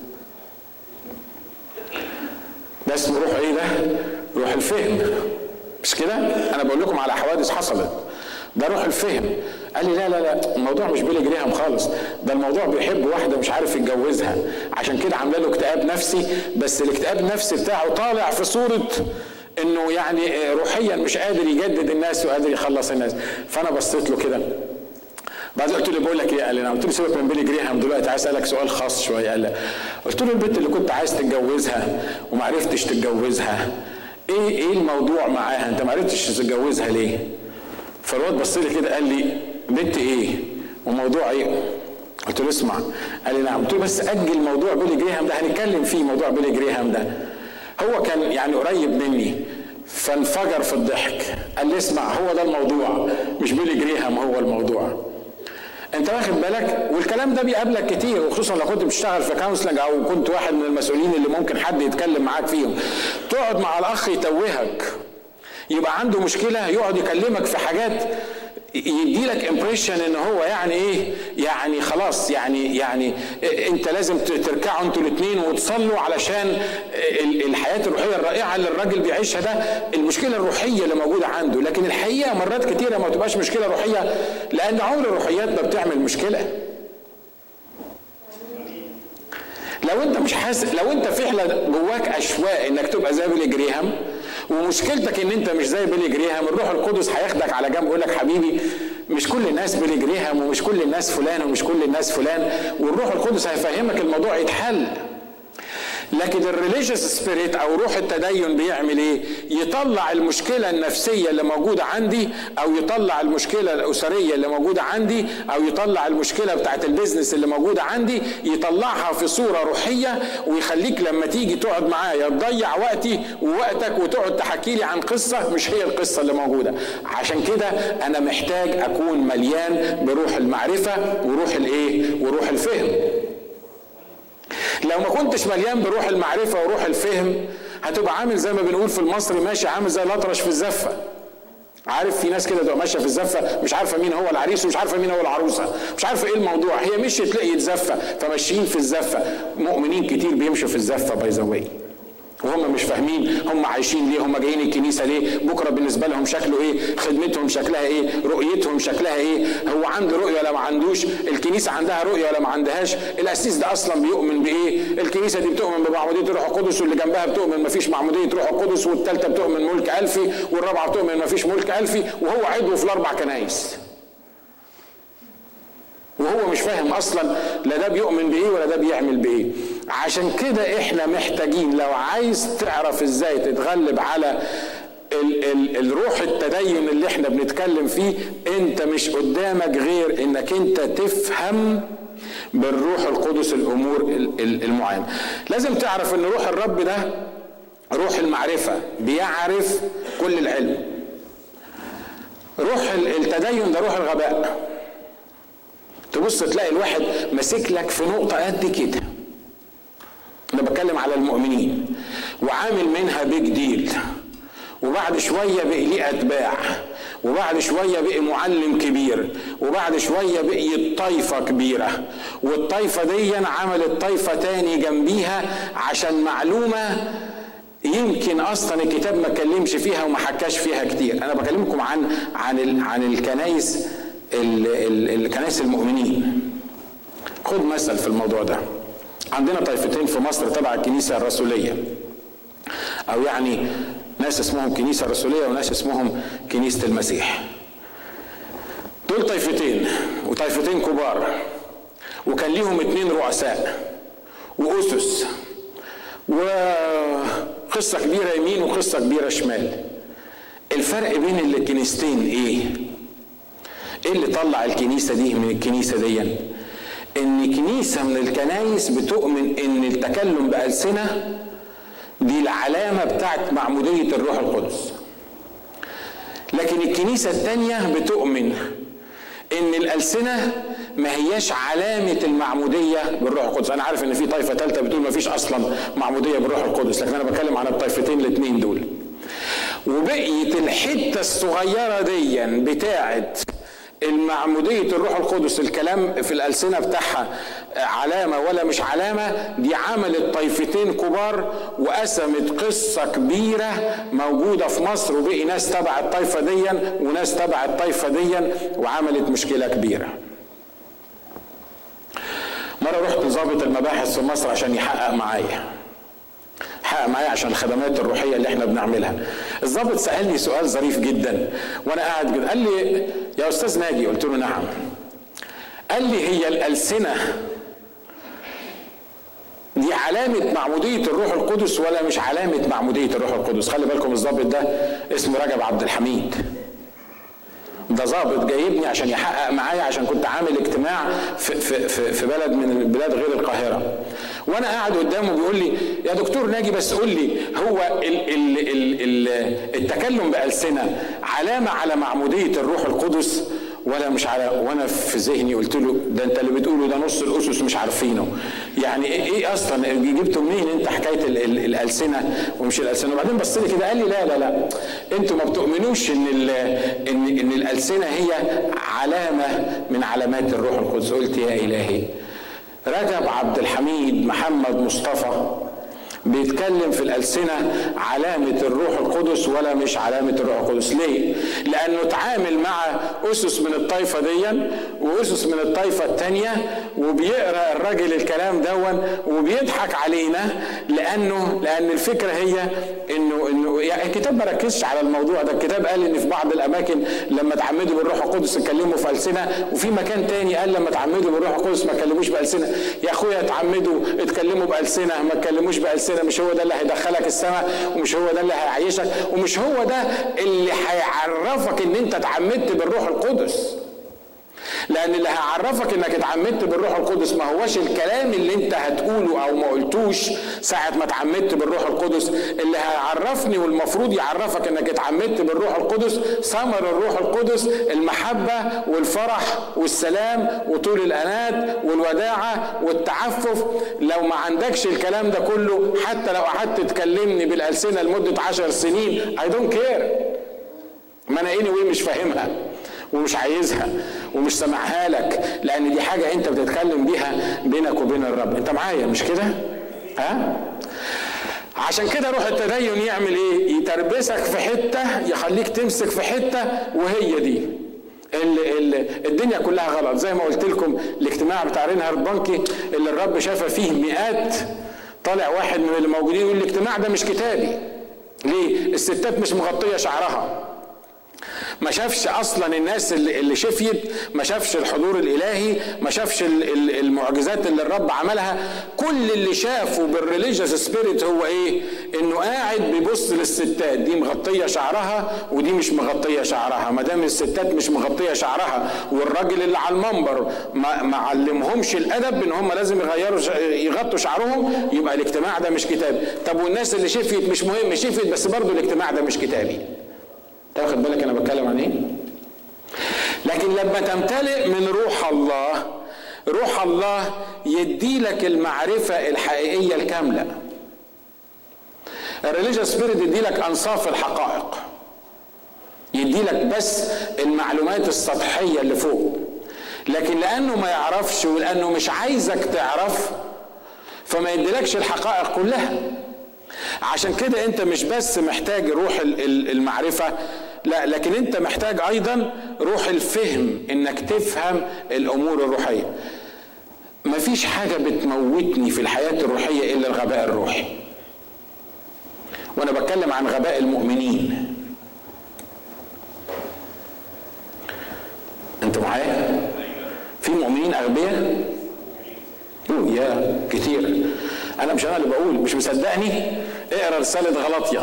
ده اسمه روح ايه؟ ده روح الفهم، مش كده؟ انا بقول لكم على حوادث حصلت، ده روح الفهم. قال لي لا لا لا، الموضوع مش بيلي جريهام خالص، ده الموضوع بيحب واحدة مش عارف يتجوزها، عشان كده عامله له اكتئاب نفسي، بس الاكتئاب النفسي بتاعه طالع في صورة انه يعني روحيا مش قادر يجدد الناس وقادر يخلص الناس. فانا بصيت له كده، بعد قلت له بقول لك ايه؟ قال لي انا. قلت له سيبك من بيلي جريهام دلوقتي، عايز اسالك سؤال خاص شويه. قال لي قلت له البنت اللي كنت عايز تتجوزها وما عرفتش تتجوزها، ايه ايه الموضوع معاها؟ انت ما عرفتش تتجوزها ليه؟ فالواد بص لي كده قال لي بنت ايه وموضوع ايه؟ قلت له اسمع. قال لي نعم. قلت له بس اجل موضوع بيلي جريهام ده، هنتكلم فيه موضوع بيلي جريهام ده. هو كان يعني قريب مني فانفجر في الضحك، قال لي اسمع، هو ده الموضوع، مش بيلي جريهام هو الموضوع. انت واخد بالك؟ والكلام ده بيقابلك كتير، وخصوصا لو كنت بتشتغل في كونسلنج او كنت واحد من المسؤولين اللي ممكن حد يتكلم معاك فيهم. تقعد مع الاخ يتوهك، يبقى عنده مشكلة، يقعد يكلمك في حاجات يدي لك امبريشن ان هو يعني ايه، يعني خلاص يعني يعني انت لازم تركعوا انتوا الاثنين وتصلوا علشان الحياه الروحيه الرائعه اللي الراجل بيعيشها، ده المشكله الروحيه اللي موجوده عنده. لكن الحقيقه مرات كتيره ما تبقاش مشكله روحيه، لان عمر الروحيات ما بتعمل مشكله. لو انت مش حاسس، لو انت فعلا جواك اشواق انك تبقى زي بيلي جريهام، ومشكلتك ان انت مش زي بيلي جريهام، الروح القدس هياخدك على جنب ويقول لك حبيبي مش كل الناس بيلي جريهام، ومش كل الناس فلان، ومش كل الناس فلان، والروح القدس هيفهمك الموضوع يتحل. لكن الريليجيوس سبيريت او روح التدين بيعمل ايه؟ يطلع المشكله النفسيه اللي موجوده عندي، او يطلع المشكله الاسريه اللي موجوده عندي، او يطلع المشكله بتاعت البيزنس اللي موجوده عندي، يطلعها في صوره روحيه، ويخليك لما تيجي تقعد معايا تضيع وقتي ووقتك وتقعد تحكي لي عن قصه مش هي القصه اللي موجوده. عشان كده انا محتاج اكون مليان بروح المعرفه وروح الايه؟ وروح الفهم. لو ما كنتش مليان بروح المعرفة وروح الفهم، هتبقى عامل زي ما بنقول في المصري ماشي عامل زي الأطرش في الزفة. عارف في ناس كده تبقى ماشيه في الزفه مش عارفه مين هو العريس ومش عارفه مين هو العروسه، مش عارفه ايه الموضوع، هي مشيت لقيت زفه فماشيين في الزفه. مؤمنين كتير بيمشوا في الزفه باي ذا واي وهم مش فاهمين هم عايشين ليه، هم جايين الكنيسه ليه، بكره بالنسبه لهم شكله ايه، خدمتهم شكلها ايه، رؤيتهم شكلها ايه، هو عنده رؤيه ولا ما عندوش، الكنيسه عندها رؤيه ولا ما عندهاش، القسيس ده اصلا بيؤمن بايه، الكنيسه دي بتؤمن بمعموديه الروح القدس واللي جنبها بتؤمن ما فيش معموديه روح القدس والثالثه بتؤمن ملك الفي والرابعه بتؤمن ما فيش ملك الفي، وهو عضو في الاربع كنايس وهو مش فاهم اصلا لا ده بيؤمن بايه ولا ده بيعمل بايه. عشان كده احنا محتاجين لو عايز تعرف ازاي تتغلب على ال ال الروح التدين اللي احنا بنتكلم فيه، انت مش قدامك غير انك انت تفهم بالروح القدس الامور المعينه. لازم تعرف ان روح الرب ده روح المعرفه، بيعرف كل العلم. روح التدين ده روح الغباء. تبص تلاقي الواحد ماسك لك في نقطة قد كده، أنا بتكلم على المؤمنين، وعامل منها بيج ديل، وبعد شوية بقي ليه أتباع، وبعد شوية بقي معلم كبير، وبعد شوية بقي طائفة كبيرة، والطائفة دي عملت طائفة تاني جنبيها عشان معلومة يمكن اصلا الكتاب ما اتكلمش فيها وما حكاش فيها كتير. انا بكلمكم عن عن عن الكنايس الكنائس المؤمنين. خد مثل في الموضوع ده. عندنا طائفتين في مصر تبع الكنيسة الرسولية، او يعني ناس اسمهم كنيسة رسولية وناس اسمهم كنيسة المسيح. دول طائفتين وطائفتين كبار، وكان ليهم اتنين رؤساء وأسس وقصة كبيرة يمين وقصة كبيرة شمال. الفرق بين الكنيستين ايه؟ ايه اللي طلع الكنيسة دي من الكنيسة دي؟ ان كنيسة من الكنايس بتؤمن ان التكلم بألسنة دي العلامة بتاعت معمودية الروح القدس، لكن الكنيسة التانية بتؤمن ان الألسنة ما هياش علامة المعمودية بالروح القدس. انا عارف ان في طائفة ثالثة بتقول ما فيش اصلا معمودية بالروح القدس، لكن انا بتكلم عن الطائفتين الاثنين دول. وبقيت الحتة الصغيرة دي بتاعت المعمودية الروح القدس، الكلام في الألسنة بتاعها علامة ولا مش علامة، دي عملت طائفتين كبار وقسمت قصة كبيرة موجودة في مصر، وبقي ناس تبع الطائفة دي وناس تبع الطائفة دي، وعملت مشكلة كبيرة. مرة رحت ضابط المباحث في مصر عشان يحقق معايا حقق معايا عشان الخدمات الروحية اللي احنا بنعملها. الضابط سألني سؤال ظريف جدا وانا قاعد كده، قال لي يا استاذ ناجي، قلت له نعم. قال لي هي الألسنة دي علامة معمودية الروح القدس ولا مش علامة معمودية الروح القدس؟ خلي بالكم الضابط ده اسمه رجب عبد الحميد، ده ضابط جايبني عشان يحقق معايا عشان كنت عامل اجتماع في, في, في, في بلد من البلاد غير القاهرة، وانا قاعد قدامه بيقول لي يا دكتور ناجي بس قول لي هو ال ال ال ال التكلم بألسنة علامة على معمودية الروح القدس ولا مش على؟ وانا في ذهني قلت له ده انت اللي بتقوله ده نص الاسس مش عارفينه، يعني ايه اصلا جبته منين انت حكايه ال ال الالسنه ومش الالسنه؟ وبعدين بص لي كده قال لي لا لا لا انتوا ما بتؤمنوش ان ال ان ان الالسنه هي علامه من علامات الروح القدس. قلت يا الهي، رجب عبد الحميد محمد مصطفى بيتكلم في الألسنة علامة الروح القدس ولا مش علامة الروح القدس. ليه؟ لأنه تعامل مع أسس من الطائفة دي وأسس من الطائفة التانية، وبيقرأ الراجل الكلام دون وبيضحك علينا، لأنه لأن الفكرة هي إنه إنه يعني الكتاب ما ركزش على الموضوع ده. الكتاب قال إن في بعض الأماكن لما تعمدوا بالروح القدس اتكلموا في ألسنة، وفي مكان تاني قال لما تعمدوا بالروح القدس ما اتكلموش بألسنة. يا أخويا اتعمدوا اتكلموا بألسنة، ما اتكلموش بألسنة، مش هو ده اللي هيدخلك السماء، ومش هو ده اللي هيعيشك، ومش هو ده اللي هيعرفك ان انت اتعمدت بالروح القدس. لان اللي هيعرفك انك اتعمدت بالروح القدس ما هوش الكلام اللي انت هتقوله او ما قلتوش ساعة ما اتعمدت بالروح القدس. اللي هيعرفني والمفروض يعرفك انك اتعمدت بالروح القدس ثمر الروح القدس: المحبة والفرح والسلام وطول الأنات والوداعة والتعفف. لو ما عندكش الكلام ده كله، حتى لو قعدت تكلمني بالألسنة لمدة عشر سنين I don't care ما انا anyway مش فاهمها ومش عايزها ومش سامعها لك، لان دي حاجه انت بتتكلم بيها بينك وبين الرب. انت معايا مش كده؟ ها؟ عشان كده روح التدين يعمل ايه؟ يتربسك في حته، يخليك تمسك في حته، وهي دي ال ال الدنيا كلها غلط. زي ما قلت لكم الاجتماع بتاع رينهارد بانكي اللي الرب شاف فيه مئات، طالع واحد من اللي موجودين يقول الاجتماع ده مش كتابي. ليه؟ الستات مش مغطيه شعرها. ما شافش اصلا الناس اللي, اللي شفيت، ما شافش الحضور الالهي، ما شافش المعجزات اللي الرب عملها. كل اللي شافه بالريليجيوس سبيريت هو ايه؟ انه قاعد بيبص للستات، دي مغطيه شعرها ودي مش مغطيه شعرها. ما دام الستات مش مغطيه شعرها والراجل اللي على المنبر ما, ما علمهمش الادب ان هم لازم يغيروا يغطوا شعرهم، يبقى الاجتماع ده مش كتابي. طب والناس اللي شفيت مش مهم، شفيت بس برضو الاجتماع ده مش كتابي. تاخد بالك انا بتكلم عن ايه؟ لكن لما تمتلئ من روح الله، روح الله يدي لك المعرفة الحقيقية الكاملة. الريليجيوس سبيريت يدي لك انصاف الحقائق، يدي لك بس المعلومات السطحية اللي فوق، لكن لانه ما يعرفش ولانه مش عايزك تعرف فما يديلكش الحقائق كلها. عشان كده انت مش بس محتاج روح المعرفة، لا، لكن انت محتاج ايضا روح الفهم، انك تفهم الامور الروحية. مفيش حاجة بتموتني في الحياة الروحية الا الغباء الروحي، وانا بتكلم عن غباء المؤمنين. انتوا معايا؟ في مؤمنين اغبياء يا كتير. انا مش انا اللي بقول، مش مصدقني؟ اقرا رسالة غلاطيا.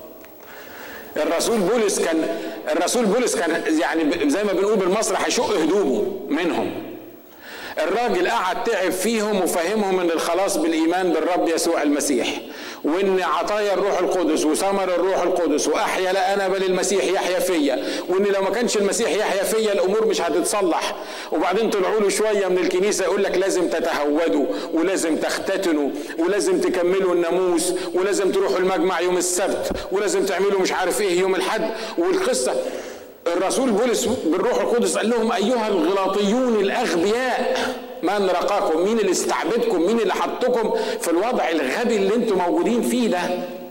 الرسول بولس كان الرسول بولس كان يعني زي ما بنقول بالمصري هيشق هدومه منهم. الراجل قعد تعب فيهم وفهمهم ان الخلاص بالايمان بالرب يسوع المسيح، وان عطايا الروح القدس وثمر الروح القدس واحيا لا انا بل المسيح يحيا فيا، وان لو ما كانش المسيح يحيا فيا الامور مش هتتصلح. وبعدين طلعوا له شويه من الكنيسه يقول لك لازم تتهودوا ولازم تختتنوا ولازم تكملوا الناموس ولازم تروحوا المجمع يوم السبت ولازم تعملوا مش عارف ايه يوم الحد. والقصه الرسول بولس بالروح القدس قال لهم ايها الغلاطيون الاغبياء من رقاكم، مين اللي استعبدكم، مين اللي حطكم في الوضع الغبي اللي انتم موجودين فيه ده؟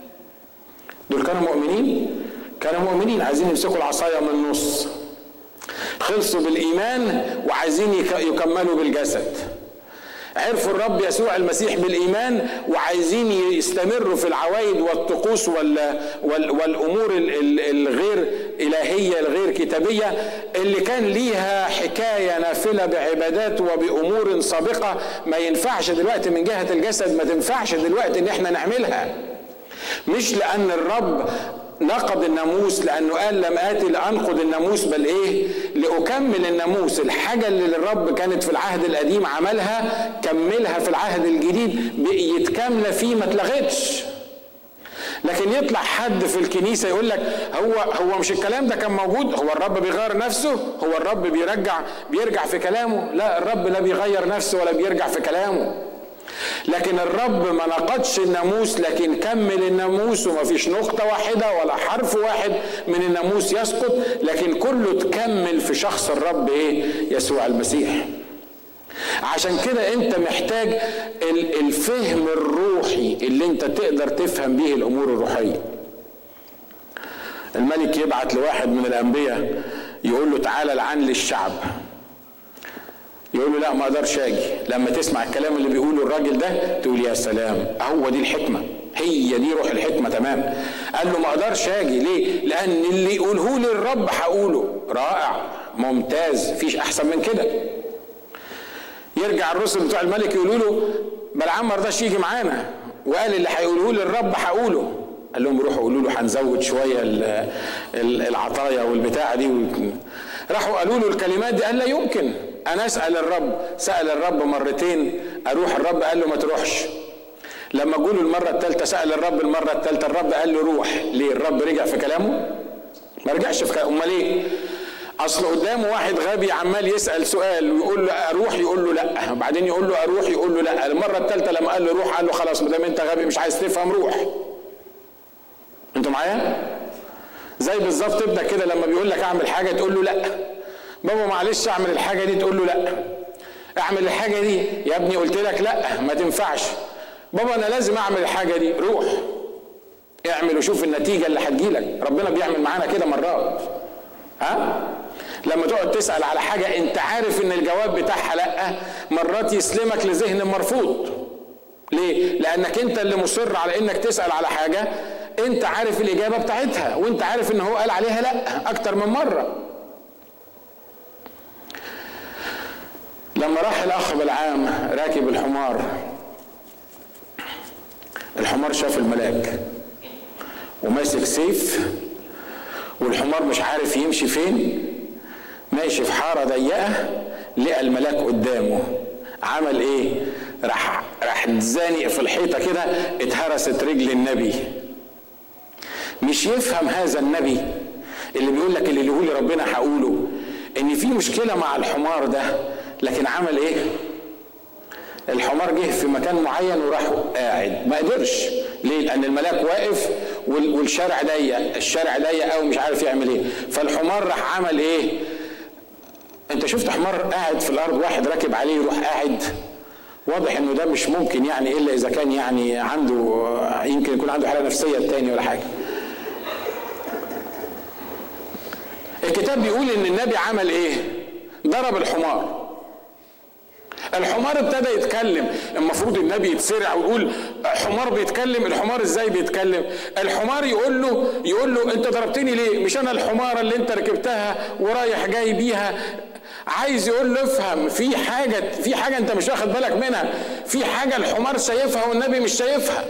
دول كانوا مؤمنين، كانوا مؤمنين عايزين يمسكوا العصايه من النص، خلصوا بالايمان وعايزين يكملوا بالجسد. عرفوا الرب يسوع المسيح بالإيمان وعايزين يستمروا في العوايد والطقوس وال وال والأمور الغير إلهية الغير كتابية اللي كان ليها حكاية نافلة بعبادات وبأمور سابقة ما ينفعش دلوقتي من جهة الجسد، ما تنفعش دلوقتي إن احنا نعملها. مش لأن الرب نقض الناموس، لأنه قال لم آتي لأنقض الناموس بل إيه؟ لأكمل الناموس. الحاجة اللي الرب كانت في العهد القديم عملها كملها في العهد الجديد، بقيت كاملة فيه ما اتلغتش. لكن يطلع حد في الكنيسة يقول لك هو هو مش الكلام ده كان موجود؟ هو الرب بيغير نفسه؟ هو الرب بيرجع بيرجع في كلامه؟ لا، الرب لا بيغير نفسه ولا بيرجع في كلامه. لكن الرب ما نقضش الناموس لكن كمل الناموس، وما فيش نقطة واحدة ولا حرف واحد من الناموس يسقط، لكن كله تكمل في شخص الرب ايه؟ يسوع المسيح. عشان كده انت محتاج الفهم الروحي اللي انت تقدر تفهم به الامور الروحية. الملك يبعت لواحد من الانبياء يقول له تعالى لعن للشعب، يقول له لا ما اقدرش اجي. لما تسمع الكلام اللي بيقوله الراجل ده تقول يا سلام، هو دي الحكمه، هي دي روح الحكمه تمام. قال له ما اقدرش اجي ليه؟ لان اللي يقوله لي الرب هقوله. رائع، ممتاز، فيش احسن من كده. يرجع الرسل بتوع الملك يقولوا له بلعام ما رضاش يجي معانا وقال اللي هيقوله لي الرب هقوله. قال لهم روحوا قولوا له هنزود شويه العطايا والبتاعه دي. راحوا قالوا له الكلمات دي، قال لا يمكن، انا اسال الرب. سال الرب مرتين، اروح؟ الرب قال له ما تروحش. لما قالوا المره الثالثه سال الرب المره الثالثه، الرب قال له روح. ليه؟ الرب رجع في كلامه؟ ما رجعش في كلامه. امال ليه؟ اصل قدامه واحد غبي عمال يسال سؤال ويقول له اروح يقول له لا، وبعدين يقول له اروح يقول له لا. المره الثالثه لما قال له روح قال له خلاص ما دام انت غبي مش عايز تفهم روح. انتوا معايا؟ زي بالظبط ابنك كده لما بيقول لك اعمل حاجه تقول له لا. بابا معلش اعمل الحاجه دي، تقول له لا. اعمل الحاجه دي يا ابني، قلت لك لا ما تنفعش. بابا انا لازم اعمل الحاجه دي. روح اعمل وشوف النتيجه اللي هتجيلك. ربنا بيعمل معانا كده مرات. ها لما تقعد تسال على حاجه انت عارف ان الجواب بتاعها لا، مرات يسلمك لذهن مرفوض. ليه؟ لانك انت اللي مصر على انك تسال على حاجه انت عارف الاجابه بتاعتها، وانت عارف ان هو قال عليها لا اكتر من مره. لما راح الاخ بالعام راكب الحمار، الحمار شاف الملاك وماسك سيف، والحمار مش عارف يمشي فين، ماشي في حاره ضيقه، لقى الملاك قدامه. عمل ايه؟ راح راح زانق في الحيطه كده، اتهرست رجل النبي. مش يفهم هذا النبي اللي بيقول لك اللي يقول ربنا هقوله ان في مشكله مع الحمار ده، لكن عمل ايه؟ الحمار جه في مكان معين وراح قاعد، ما قدرش. ليه؟ لان الملاك واقف والشارع ضيق، الشارع ضيق قوي مش عارف يعمل ايه. فالحمار راح عمل ايه؟ انت شفت حمار قاعد في الارض واحد راكب عليه يروح قاعد؟ واضح انه ده مش ممكن يعني، الا اذا كان يعني عنده، يمكن يكون عنده حاله نفسيه تاني ولا حاجه. الكتاب بيقول ان النبي عمل ايه؟ ضرب الحمار. الحمار ابتدى يتكلم. المفروض النبي يتسرع ويقول حمار بيتكلم، الحمار ازاي بيتكلم؟ الحمار يقول له يقول له انت ضربتني ليه؟ مش انا الحماره اللي انت ركبتها ورايح جاي بيها؟ عايز يقول له افهم، في حاجه في حاجه انت مش واخد بالك منها، في حاجه الحمار شايفها والنبي مش شايفها.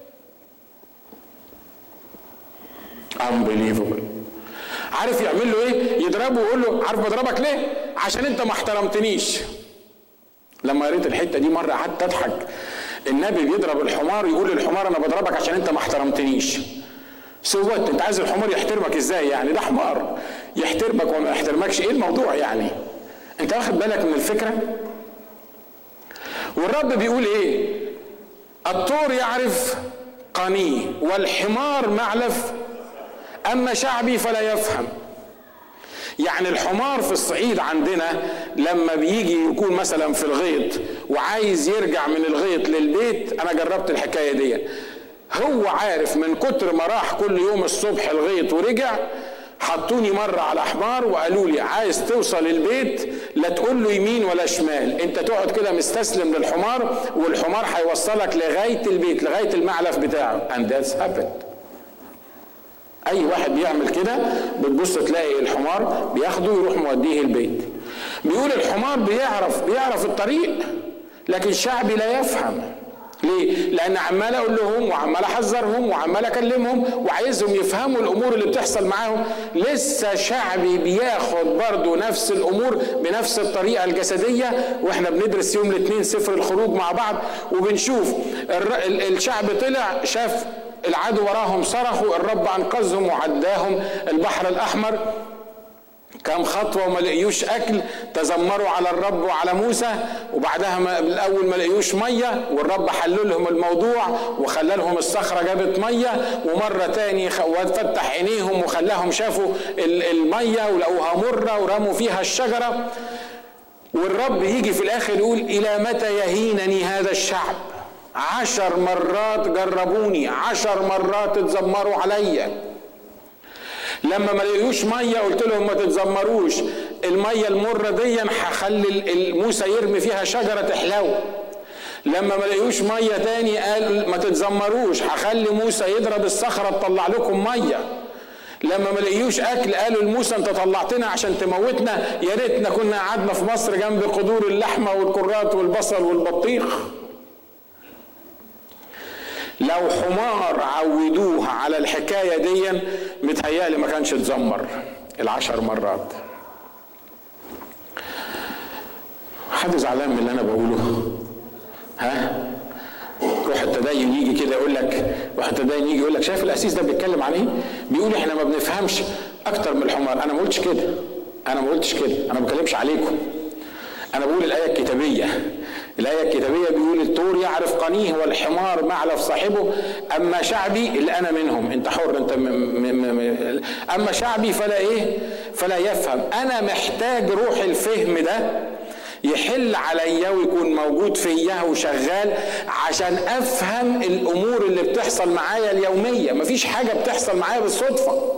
unbelievable. عارف يعمل له ايه؟ يضربه ويقول له عارف بضربك ليه؟ عشان انت ما احترمتنيش. لما قريت الحته دي مره قعدت اضحك. النبي بيضرب الحمار، يقول للحمار انا بضربك عشان انت ما احترمتنيش. سوت انت عايز الحمار يحترمك ازاي يعني؟ ده حمار يحترمك وما يحترمكش، ايه الموضوع يعني؟ انت واخد بالك من الفكره؟ والرب بيقول ايه؟ الطور يعرف قنيه والحمار معلف، اما شعبي فلا يفهم. يعني الحمار في الصعيد عندنا لما بيجي يكون مثلا في الغيط وعايز يرجع من الغيط للبيت، انا جربت الحكايه دي، هو عارف من كتر ما راح كل يوم الصبح الغيط ورجع، حطوني مرة على حمار وقالوا لي عايز توصل البيت لا تقول له يمين ولا شمال، انت تقعد كده مستسلم للحمار والحمار هيوصلك لغاية البيت، لغاية المعلف بتاعه. and that's happened. اي واحد بيعمل كده بتبص تلاقي الحمار بياخده يروح موديه البيت. بيقول الحمار بيعرف بيعرف الطريق، لكن شعبي لا يفهم. ليه؟ لان عمال اقول لهم وعمال احذرهم وعمال اكلمهم وعايزهم يفهموا الامور اللي بتحصل معاهم، لسه شعبي بياخد برضو نفس الامور بنفس الطريقه الجسديه. واحنا بندرس يوم الاثنين سفر الخروج مع بعض وبنشوف الشعب طلع شاف العدو وراهم صرخوا، الرب انقذهم وعداهم البحر الاحمر كم خطوه وما لقيوش اكل، تذمروا على الرب وعلى موسى، وبعدها ما الاول ما لقيوش ميه والرب حل لهم الموضوع وخلى لهم الصخره جابت ميه، ومره تاني فتح عينيهم وخلاهم شافوا الميه ولقوها مره ورموا فيها الشجره. والرب يجي في الاخر يقول الى متى يهينني هذا الشعب؟ عشر مرات جربوني، عشر مرات اتذمروا عليا. لما ما لقيوش ميه قلت لهم ما تتذمروش، الميه المره دي هخلي موسى يرمي فيها شجره تحلو. لما ما لقيوش ميه تاني قال ما تتذمروش، هخلي موسى يضرب الصخره تطلع لكم ميه. لما ما لقيوش اكل قالوا لموسى انت طلعتنا عشان تموتنا، يا ريتنا كنا قعدنا في مصر جنب قدور اللحمه والكرات والبصل والبطيخ. لو حمار عودوه على الحكايه دي متهيألي ما كانش اتذمر العشر مرات. حد زعلان من اللي انا بقوله؟ ها؟ روح التدين يجي كده يقول لك، روح التدين يجي يقول لك شايف القسيس ده بيتكلم عن ايه؟ بيقول احنا ما بنفهمش اكتر من الحمار. انا ما قلتش كده، انا ما قلتش كده، انا ما بكلمش عليكم، انا بقول الايه الكتابيه الآية الكتابية بيقول الطور يعرف قنيه والحمار معلف صاحبه، أما شعبي اللي أنا منهم، أنت حر أنت م م م أما شعبي فلا إيه فلا يفهم. أنا محتاج روح الفهم ده يحل عليا ويكون موجود فيا وشغال عشان أفهم الأمور اللي بتحصل معايا اليومية. مفيش حاجة بتحصل معايا بالصدفة.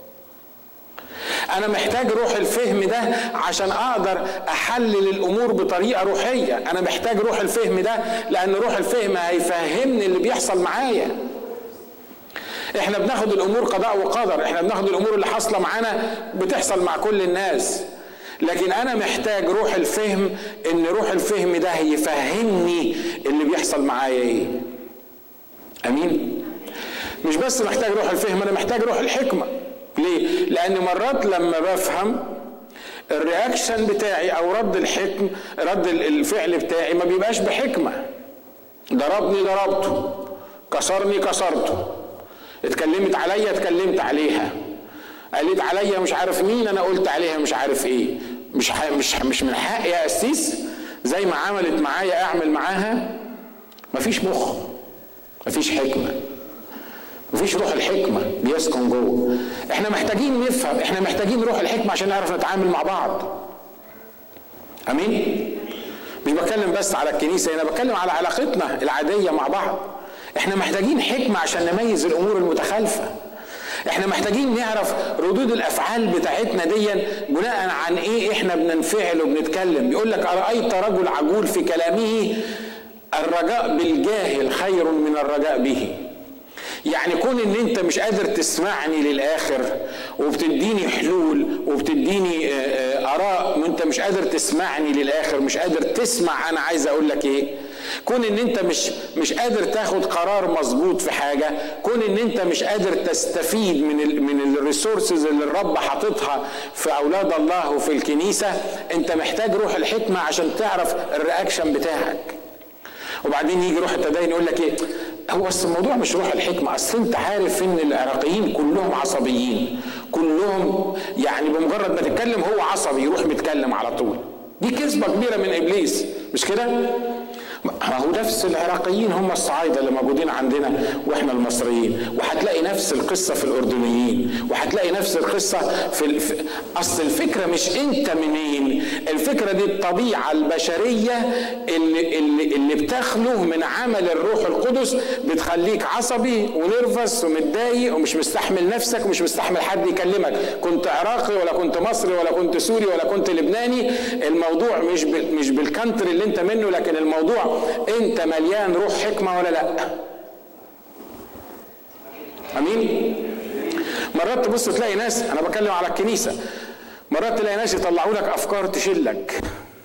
أنا محتاج روح الفهم ده عشان أقدر أحلل الأمور بطريقة روحية. أنا محتاج روح الفهم ده لأن روح الفهم هيفهمني اللي بيحصل معايا. إحنا بناخد الأمور قضاء وقدر، إحنا بناخد الأمور اللي حاصلة معانا بتحصل مع كل الناس، لكن أنا محتاج روح الفهم، إن روح الفهم ده يفهمني اللي بيحصل معايا إيه. أمين؟ مش بس محتاج روح الفهم، أنا محتاج روح الحكمة. ليه؟ لأن مرات لما بفهم الرياكشن بتاعي أو رد الحكم رد الفعل بتاعي ما بيبقاش بحكمة. ضربني ضربته، كسرني كسرته، اتكلمت عليا اتكلمت عليها، قالت عليا مش عارف مين أنا قلت عليها مش عارف إيه. مش مش مش من حقي يا قسيس زي ما عملت معايا أعمل معاها؟ مفيش مخ، مفيش حكمة، مفيش روح الحكمة بيسكن جوه. احنا محتاجين نفهم، احنا محتاجين روح الحكمة عشان نعرف نتعامل مع بعض. امين؟ مش بتكلم بس على الكنيسة، انا بتكلم على علاقتنا العادية مع بعض. احنا محتاجين حكمة عشان نميز الامور المتخالفة. احنا محتاجين نعرف ردود الافعال بتاعتنا دي بناء عن ايه احنا بننفعل وبنتكلم. بيقول لك أرأيت رجل عجول في كلامه الرجاء بالجاهل خير من الرجاء به. يعني كون ان انت مش قادر تسمعني للاخر وبتديني حلول وبتديني اراء وانت مش قادر تسمعني للاخر، مش قادر تسمع انا عايز اقول لك ايه، كون ان انت مش مش قادر تاخد قرار مظبوط في حاجه، كون ان انت مش قادر تستفيد من ال من الريسورسز اللي الرب حاططها في اولاد الله وفي الكنيسه، انت محتاج روح الحكمه عشان تعرف الرياكشن بتاعك. وبعدين يجي روح التدين يقول لك ايه، هو اصل الموضوع مش روح الحكمه، اصل انت عارف ان العراقيين كلهم عصبيين، كلهم يعني بمجرد ما تتكلم هو عصبي يروح متكلم على طول. دي كذبه كبيره من ابليس، مش كده؟ ما هو نفس العراقيين هم الصعايده اللي موجودين عندنا واحنا المصريين، وهتلاقي نفس القصه في الاردنيين، وهتلاقي نفس القصه في الف... اصل الفكره مش انت منين، الفكره دي الطبيعه البشريه اللي اللي, اللي بتخلو من عمل الروح القدس، بتخليك عصبي ونرفز ومتضايق ومش مستحمل نفسك ومش مستحمل حد يكلمك، كنت عراقي ولا كنت مصري ولا كنت سوري ولا كنت لبناني. الموضوع مش ب... مش بالكانتري اللي انت منه، لكن الموضوع انت مليان روح حكمة ولا لا؟ امين؟ مرات تبص تلاقي ناس، انا بكلم على الكنيسة، مرات تلاقي ناس يطلعوا لك افكار تشلك،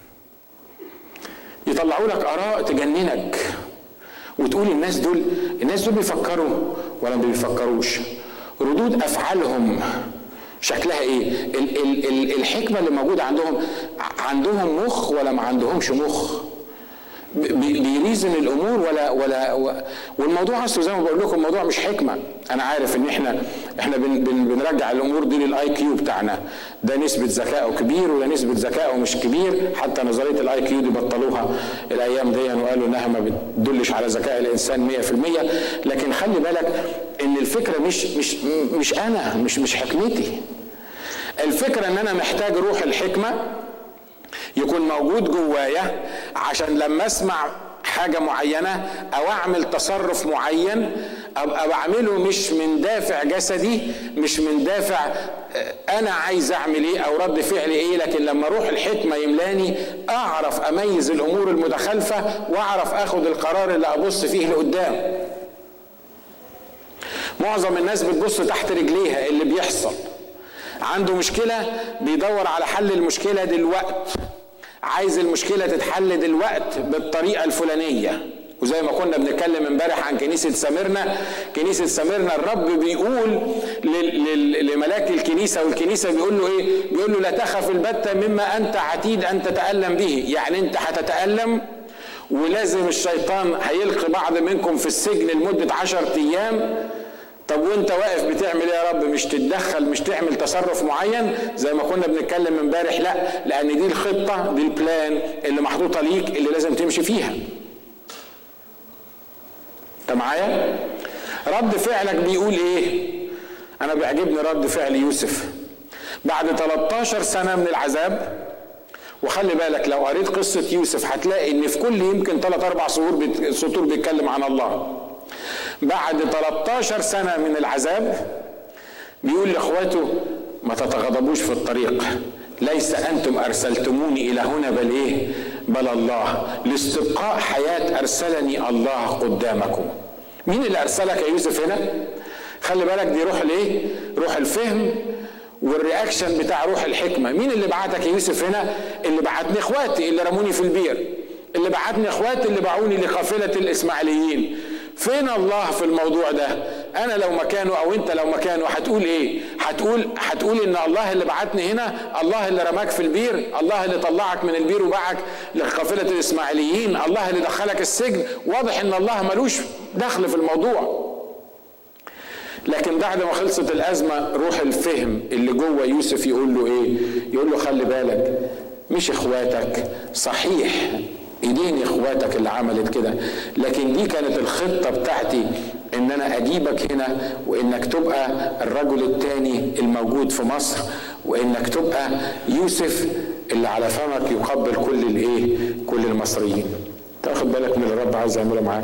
يطلعوا لك اراء تجننك، وتقول الناس دول الناس دول بيفكروا ولا ما بيفكروش؟ ردود افعالهم شكلها ايه؟ ال ال ال الحكمة اللي موجودة عندهم، عندهم مخ ولا ما عندهمش مخ؟ بيريزن الامور ولا ولا والموضوع اصله زي ما بقول لكم الموضوع مش حكمه. انا عارف ان احنا احنا بن بن بنرجع الامور دي للاي كيو بتاعنا، ده نسبه ذكائه كبير ولا نسبه ذكائه مش كبير. حتى نظريه الاي كيو دي بطلوها الايام دي وقالوا انها ما بتدلش على ذكاء الانسان مية في المية. لكن خلي بالك ان الفكره مش مش مش انا مش مش حكمتي. الفكره ان انا محتاج روح الحكمه يكون موجود جوايا عشان لما اسمع حاجة معينة او اعمل تصرف معين ابقى بعمله مش من دافع جسدي، مش من دافع انا عايز اعمل ايه او رد فعلي ايه، لكن لما روح الحكمة يملاني اعرف اميز الامور المتخالفة واعرف اخد القرار اللي ابص فيه لقدام. معظم الناس بتبص تحت رجليها اللي بيحصل، عنده مشكلة بيدور على حل المشكلة دلوقت، عايز المشكلة تتحل دلوقت بالطريقة الفلانية. وزي ما كنا بنتكلم امبارح عن كنيسة سميرنا، كنيسة سميرنا الرب بيقول لملاك الكنيسة والكنيسة بيقول له ايه؟ بيقول له لا تخف البتة مما انت عتيد ان تتألم به. يعني انت هتتألم ولازم الشيطان هيلقي بعض منكم في السجن لمدة عشر ايام، طب وانت واقف بتعمل ايه يا رب؟ مش تتدخل، مش تعمل تصرف معين زي ما كنا بنتكلم امبارح، لا، لان دي الخطة، دي البلان اللي محطوطة ليك اللي لازم تمشي فيها. انت معايا؟ رد فعلك بيقول ايه؟ انا بيعجبني رد فعل يوسف بعد ثلاثة عشر سنة من العذاب. وخلي بالك لو قريت قصة يوسف هتلاقي ان في كل يمكن ثلاث اربع سطور بيتكلم عن الله. بعد ثلاثة عشر سنة من العذاب بيقول لاخواته ما تتغضبوش في الطريق، ليس انتم ارسلتموني الى هنا بل ايه؟ بل الله، لاستبقاء حياة ارسلني الله قدامكم. مين اللي ارسلك يا يوسف هنا؟ خلي بالك دي روح الايه؟ روح الفهم والرياكشن بتاع روح الحكمة. مين اللي بعتك يا يوسف هنا؟ اللي بعتني اخواتي اللي رموني في البير، اللي بعتني اخواتي اللي باعوني لقافلة الاسماعيليين. فين الله في الموضوع ده؟ انا لو مكانه او انت لو مكانه هتقول ايه؟ هتقول هتقول ان الله اللي بعتني هنا، الله اللي رماك في البير، الله اللي طلعك من البير وباعك لقافلة الاسماعيليين، الله اللي دخلك السجن. واضح ان الله ملوش دخل في الموضوع. لكن بعد ما خلصت الازمه روح الفهم اللي جوه يوسف يقول له ايه؟ يقول له خلي بالك، مش اخواتك صحيح، ايدين اخواتك اللي عملت كده، لكن دي كانت الخطه بتاعتي ان انا اجيبك هنا وانك تبقى الرجل الثاني الموجود في مصر، وانك تبقى يوسف اللي على فمك يقبل كل الايه؟ كل المصريين. تاخد بالك من اللي الرب عايز يعمله معاك.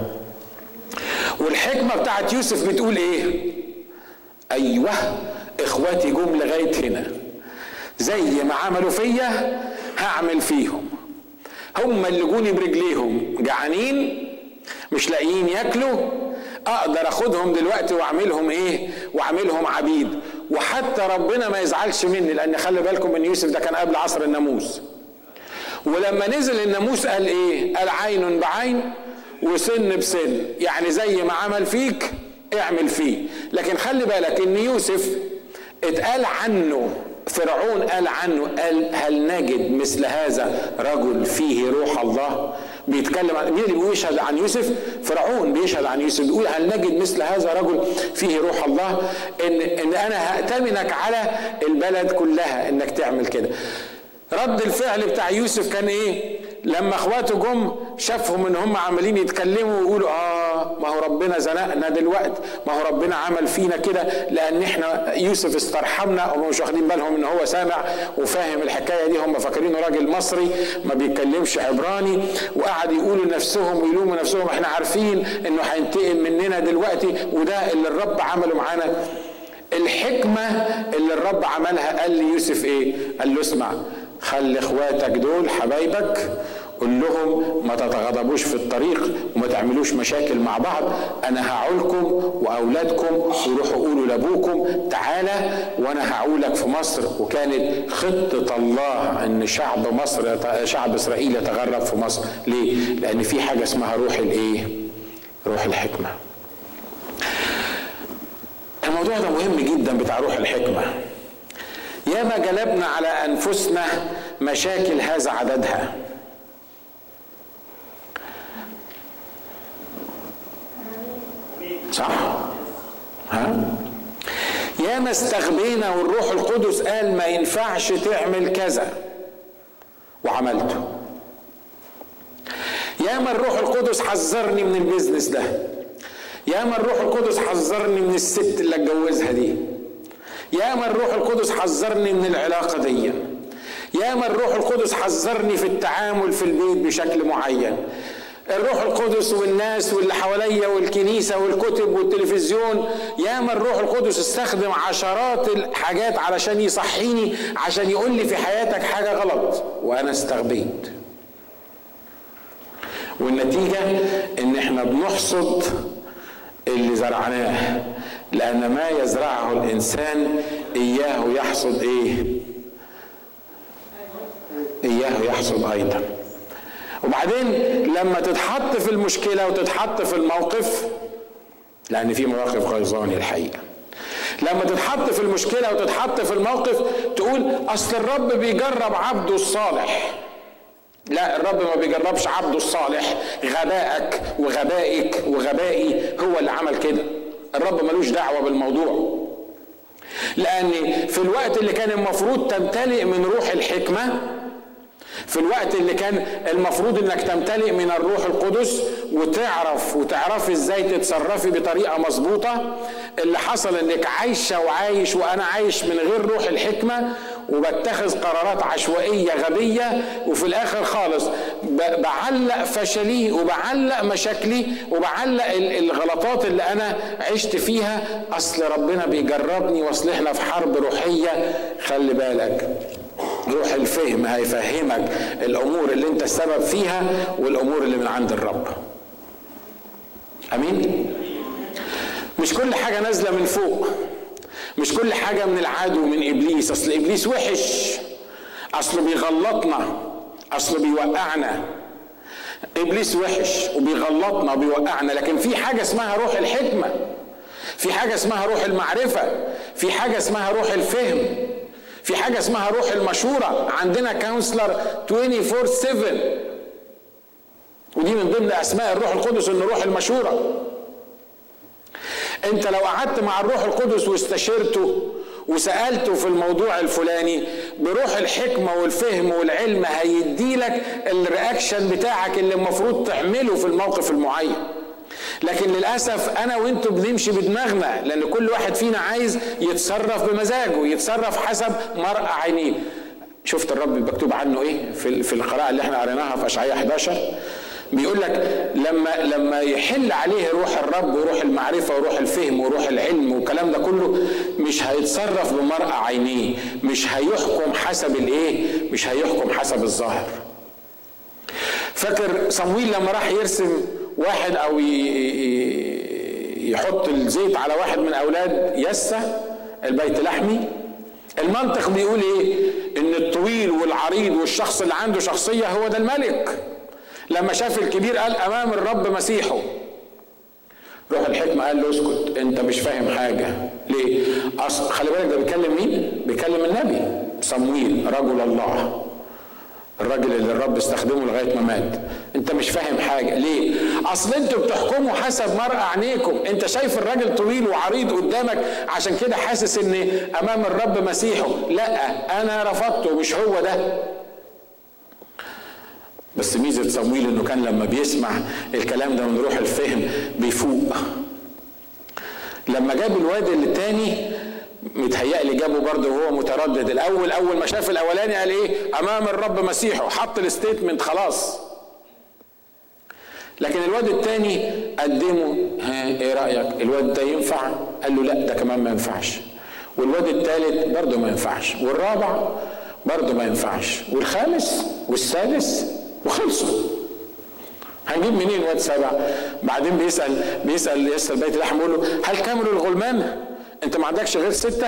والحكمه بتاعت يوسف بتقول ايه؟ ايوه اخواتي جم لغايه هنا، زي ما عملوا فيا هعمل فيهم. هم اللي جوني برجليهم جعانين مش لاقيين ياكلوا، اقدر اخدهم دلوقتي واعملهم ايه؟ واعملهم عبيد. وحتى ربنا ما يزعلش مني، لان خلي بالكم ان يوسف ده كان قبل عصر الناموس. ولما نزل الناموس قال ايه؟ قال عين بعين وسن بسن، يعني زي ما عمل فيك اعمل فيه. لكن خلي بالك ان يوسف اتقال عنه، فرعون قال عنه، قال هل نجد مثل هذا رجل فيه روح الله؟ بيتكلم عن مين اللي بيشهد عن يوسف؟ فرعون بيشهد عن يوسف، بيقول هل نجد مثل هذا رجل فيه روح الله؟ ان ان انا هأتمنك على البلد كلها انك تعمل كده. رد الفعل بتاع يوسف كان ايه؟ لما اخواته جم شافهم ان هم عمالين يتكلموا ويقولوا اه ما هو ربنا زنقنا دلوقتي، ما هو ربنا عمل فينا كده، لان احنا يوسف استرحمنا، وهم مش واخدين بالهم ان هو سامع وفاهم الحكايه دي. هم فاكرينه راجل مصري ما بيتكلمش عبراني، وقعد يقولوا لنفسهم ويلوموا نفسهم احنا عارفين انه هينتقم مننا دلوقتي، وده اللي الرب عمله معانا. الحكمه اللي الرب عملها قال ليوسف ايه؟ قال له اسمع، خلي اخواتك دول حبايبك، قول لهم ما تتغضبوش في الطريق وما تعملوش مشاكل مع بعض، انا هعولكم واولادكم وروحوا قولوا لابوكم تعالى وانا هعولك في مصر. وكانت خطة الله ان شعب مصر شعب اسرائيل يتغرب في مصر. ليه؟ لان في حاجة اسمها روح الايه؟ روح الحكمة. الموضوع ده مهم جدا بتاع روح الحكمة. ياما جلبنا على انفسنا مشاكل هذا عددها. صح؟ ها؟ ياما استغبينا والروح القدس قال ما ينفعش تعمل كذا وعملته. ياما الروح القدس حذرني من البيزنس ده، ياما الروح القدس حذرني من الست اللي اتجوزها دي، ياما الروح القدس حذرني من العلاقة دي، ياما الروح القدس حذرني في التعامل في البيت بشكل معين. الروح القدس والناس واللي حواليا والكنيسة والكتب والتلفزيون، ياما الروح القدس استخدم عشرات الحاجات علشان يصحيني، عشان يقول لي في حياتك حاجة غلط، وأنا استغبيت. والنتيجة إن إحنا بنحصد اللي زرعناه، لأن ما يزرعه الإنسان إياه يحصد إيه؟ إياه يحصد أيضا. وبعدين لما تتحط في المشكلة وتتحط في الموقف، لأن في مواقف غيظاني الحقيقة، لما تتحط في المشكلة وتتحط في الموقف تقول أصل الرب بيجرب عبده الصالح. لا، الرب ما بيجربش عبده الصالح. غبائك وغبائك وغبائي هو اللي عمل كده. الرب ملوش دعوة بالموضوع، لأن في الوقت اللي كان المفروض تمتلئ من روح الحكمة، في الوقت اللي كان المفروض انك تمتلئ من الروح القدس وتعرف وتعرفي ازاي تتصرفي بطريقة مظبوطة، اللي حصل انك عايشة وعايش وانا عايش من غير روح الحكمة وبتخذ قرارات عشوائية غبية، وفي الاخر خالص بعلق فشلي وبعلق مشاكلي وبعلق الغلطات اللي انا عشت فيها. اصل ربنا بيجربني، واصل احنا في حرب روحية. خلي بالك، روح الفهم هيفهمك الامور اللي انت السبب فيها والامور اللي من عند الرب. امين. مش كل حاجة نازلة من فوق، مش كل حاجة من العدو من ابليس. اصل ابليس وحش، اصله بيغلطنا، اصله بيوقعنا. ابليس وحش وبيغلطنا وبيوقعنا، لكن في حاجة اسمها روح الحكمة، في حاجة اسمها روح المعرفة، في حاجة اسمها روح الفهم، في حاجة اسمها روح المشورة. عندنا كونسلر أربعة وعشرين سبعة، ودي من ضمن اسماء الروح القدس انه روح المشورة. انت لو قعدت مع الروح القدس واستشرته وسألته في الموضوع الفلاني بروح الحكمة والفهم والعلم، هيديلك الرياكشن بتاعك اللي المفروض تعمله في الموقف المعين. لكن للأسف أنا وإنتوا بنمشي بدماغنا، لأن كل واحد فينا عايز يتصرف بمزاجه، يتصرف حسب مرء عينيه. شفت الرب مكتوب عنه إيه في في القراءة اللي احنا قريناها في أشعياء إحدى عشر؟ بيقول لك لما لما يحل عليه روح الرب وروح المعرفة وروح الفهم وروح العلم والكلام ده كله، مش هيتصرف بمرء عينيه، مش هيحكم حسب الإيه؟ مش هيحكم حسب الظاهر. فاكر صمويل لما راح يرسم واحد او يحط الزيت على واحد من اولاد يسة البيت لحمي؟ المنطق بيقول ايه؟ ان الطويل والعريض والشخص اللي عنده شخصية هو ده الملك. لما شاف الكبير قال امام الرب مسيحه. روح الحكمة قال له اسكت، انت مش فاهم حاجة. ليه؟ اصل خلي بالك ده بيكلم مين؟ بيكلم النبي صمويل رجل الله، الراجل اللي الرب استخدمه لغاية ما مات. انت مش فاهم حاجة. ليه؟ اصل انتوا بتحكموا حسب مرء عينيكم. انت شايف الراجل طويل وعريض قدامك عشان كده حاسس ان امام الرب مسيحه. لا، انا رفضته، مش هو ده. بس ميزة صمويل انه كان لما بيسمع الكلام ده من روح الفهم بيفوق. لما جاب الواد التاني متهيألي جابه برضه وهو متردد. الاول اول ما شاف الاولاني قال ايه؟ امام الرب مسيحه، حط الستيتمنت خلاص. لكن الواد الثاني قدمه، ها ايه رايك؟ الواد ده ينفع؟ قال له لا ده كمان ما ينفعش. والواد الثالث برضه ما ينفعش، والرابع برضه ما ينفعش، والخامس والسادس، وخلصوا. هنجيب منين واد سبع؟ بعدين بيسال بيسال يسال بيت لحم يقول له هل كاملوا الغلمان؟ انت ما عندكش غير ستة؟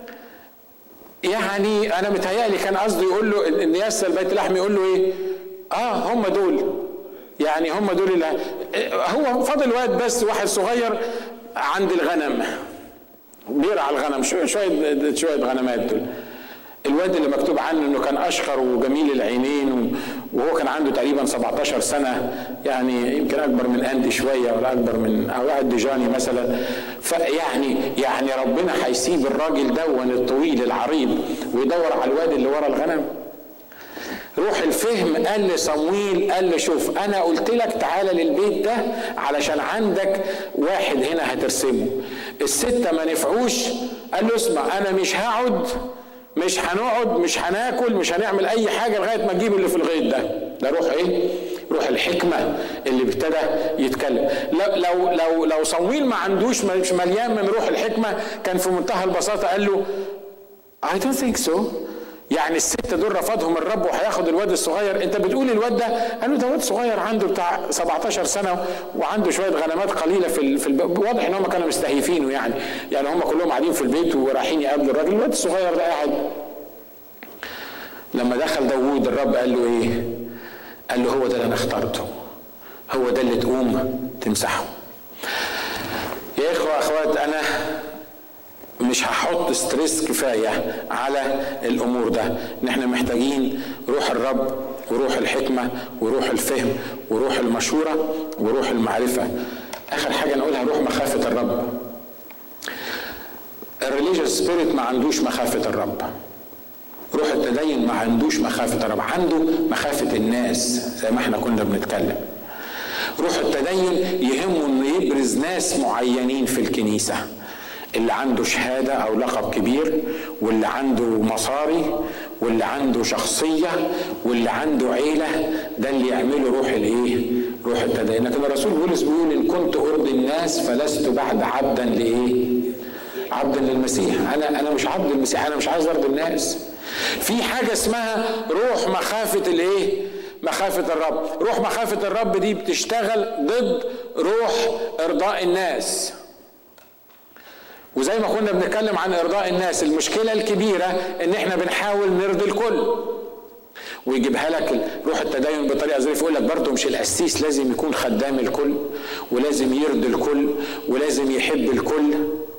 يعني انا متهيألي كان قصده يقول له ان يسأل بيت لحم يقول له ايه؟ اه هم دول، يعني هم دول اللي هو فاضل واد بس واحد صغير عند الغنم بيرعى الغنم، شويه شويه شويه غنمات دول. الواد اللي مكتوب عنه انه كان اشقر وجميل العينين وهو كان عنده تقريبا سبعتاشر سنة، يعني يمكن اكبر من اندي شويه ولا اكبر من او قد جاني مثلا. فيعني يعني ربنا هيسيب الراجل دون الطويل العريض ويدور على الواد اللي ورا الغنم؟ روح الفهم قال لصمويل، قال له شوف انا قلت لك تعالى للبيت ده علشان عندك واحد هنا هترسمه، الستة ما نفعوش. قال له اسمع انا مش هقعد، مش هنقعد، مش هناكل، مش هنعمل اي حاجة لغاية ما تجيب اللي في الغيط ده. ده روح ايه؟ روح الحكمة اللي ابتدى يتكلم. لو لو لو لو صمويل ما عندوش مش مليان من روح الحكمة كان في منتهى البساطة قال له I don't think so. يعني الستة دول رفضهم الرب وهياخد الواد الصغير. انت بتقول الواد ده؟ قال له ده واد صغير عنده بتاع سبعتاشر سنة وعنده شوية غنمات قليلة في في الب... واضح ان هم كانوا مستهيفينه، يعني يعني هم كلهم قاعدين في البيت ورايحين يقابلوا الراجل، الواد الصغير ده قاعد. لما دخل داوود الرب قال له ايه؟ قال له هو ده اللي انا اخترته، هو ده اللي تقوم تمسحه. يا اخوة اخوات انا مش هحط ستريس كفاية على الامور ده، ان احنا محتاجين روح الرب وروح الحكمة وروح الفهم وروح المشورة وروح المعرفة. اخر حاجة نقولها روح مخافة الرب. الريليجيوس سبيريت ما عندوش مخافة الرب. روح التدين ما عندوش مخافة الرب، عنده مخافة الناس زي ما احنا كنا بنتكلم. روح التدين يهمه انه يبرز ناس معينين في الكنيسة، اللي عنده شهادة او لقب كبير، واللي عنده مصاري، واللي عنده شخصية، واللي عنده عيلة، ده اللي يعمله روح الايه؟ روح التدين. لكن الرسول بولس بيقول ان كنت ارضي الناس فلست بعد عبدا لايه؟ عبدا للمسيح. انا انا مش عبد المسيح، انا مش عايز ارضي الناس. في حاجة اسمها روح مخافة الايه؟ مخافة الرب. روح مخافة الرب دي بتشتغل ضد روح ارضاء الناس. وزي ما كنا بنتكلم عن ارضاء الناس، المشكلة الكبيرة ان احنا بنحاول نرضي الكل، ويجيبها لك روح التدين بطريقة ظريفة، يقول لك برضه مش القسيس لازم يكون خدام الكل، ولازم يرضي الكل، ولازم يحب الكل.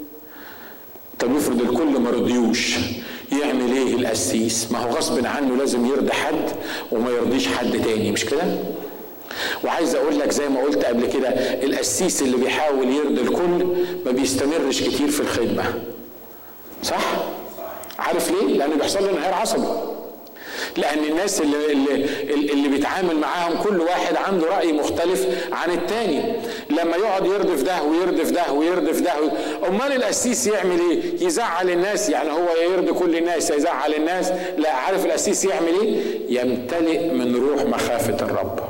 طب يفرض الكل ما رضيوش، يعمل ايه القسيس؟ ما هو غصب عنه لازم يرضي حد وما يرضيش حد تاني، مش كده؟ وعايز اقول لك زي ما قلت قبل كده، القسيس اللي بيحاول يرضي الكل ما بيستمرش كتير في الخدمة، صح؟ عارف ليه؟ لأنه بيحصل له انهيار عصبي. لأن الناس اللي, اللي, اللي بيتعامل معاهم كل واحد عنده رأي مختلف عن التاني. لما يقعد يردف ده ويردف ده ويردف ده، أمال القسيس يعمل إيه؟ يزعل الناس؟ يعني هو يرضي كل الناس يزعل الناس؟ لا، عارف القسيس يعمل إيه؟ يمتلئ من روح مخافة الرب.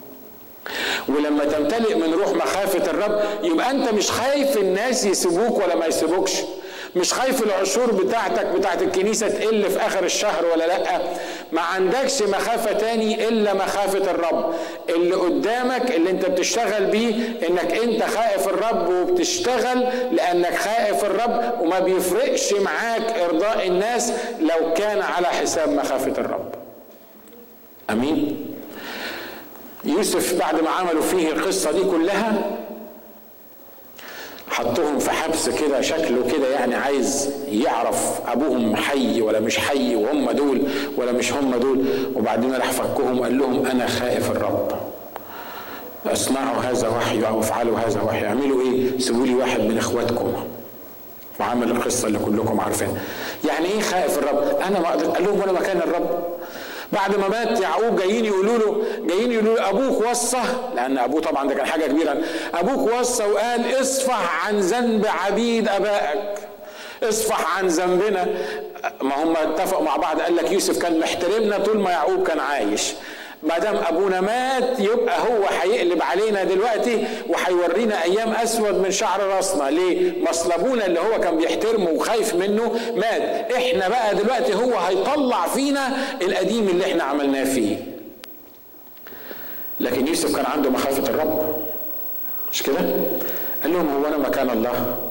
ولما تمتلئ من روح مخافة الرب يبقى أنت مش خايف الناس يسيبوك ولا ما يسيبوكش، مش خايف العشور بتاعتك بتاعت الكنيسة تقل في آخر الشهر ولا لأ. ما عندكش مخافة تاني إلا مخافة الرب. اللي قدامك اللي انت بتشتغل بيه انك انت خائف الرب وبتشتغل لأنك خائف الرب، وما بيفرقش معاك إرضاء الناس لو كان على حساب مخافة الرب. أمين؟ يوسف بعد ما عملوا فيه القصة دي كلها حطوهم في حبس كده، شكله كده يعني عايز يعرف ابوهم حي ولا مش حي، وهم دول ولا مش هم دول. وبعدين راح فكهم قال لهم انا خائف الرب، اصنعوا هذا وحي او افعلوا هذا وحي. اعملوا ايه؟ سيبوا لي واحد من اخواتكم. وعمل القصه اللي كلكم عارفينها. يعني ايه خائف الرب؟ انا ما اقدر. قال لهم وانا مكان الرب. بعد ما مات يعقوب جايين يقولوا له جايين يقولوا له ابوك وصى، لان ابوه طبعا ده كان حاجه كبيره، ابوك وصى وقال اصفح عن ذنب عبيد ابائك، اصفح عن ذنبنا. ما هم اتفقوا مع بعض، قال لك يوسف كان محترمنا طول ما يعقوب كان عايش، ما دام ابونا مات يبقى هو هيقلب علينا دلوقتي وهيورينا ايام اسود من شعر راسنا. ليه؟ مصلبونا اللي هو كان بيحترمه وخايف منه مات، احنا بقى دلوقتي هو هيطلع فينا القديم اللي احنا عملناه فيه. لكن يوسف كان عنده مخافة الرب، مش كده؟ قال لهم هو انا مكان الله؟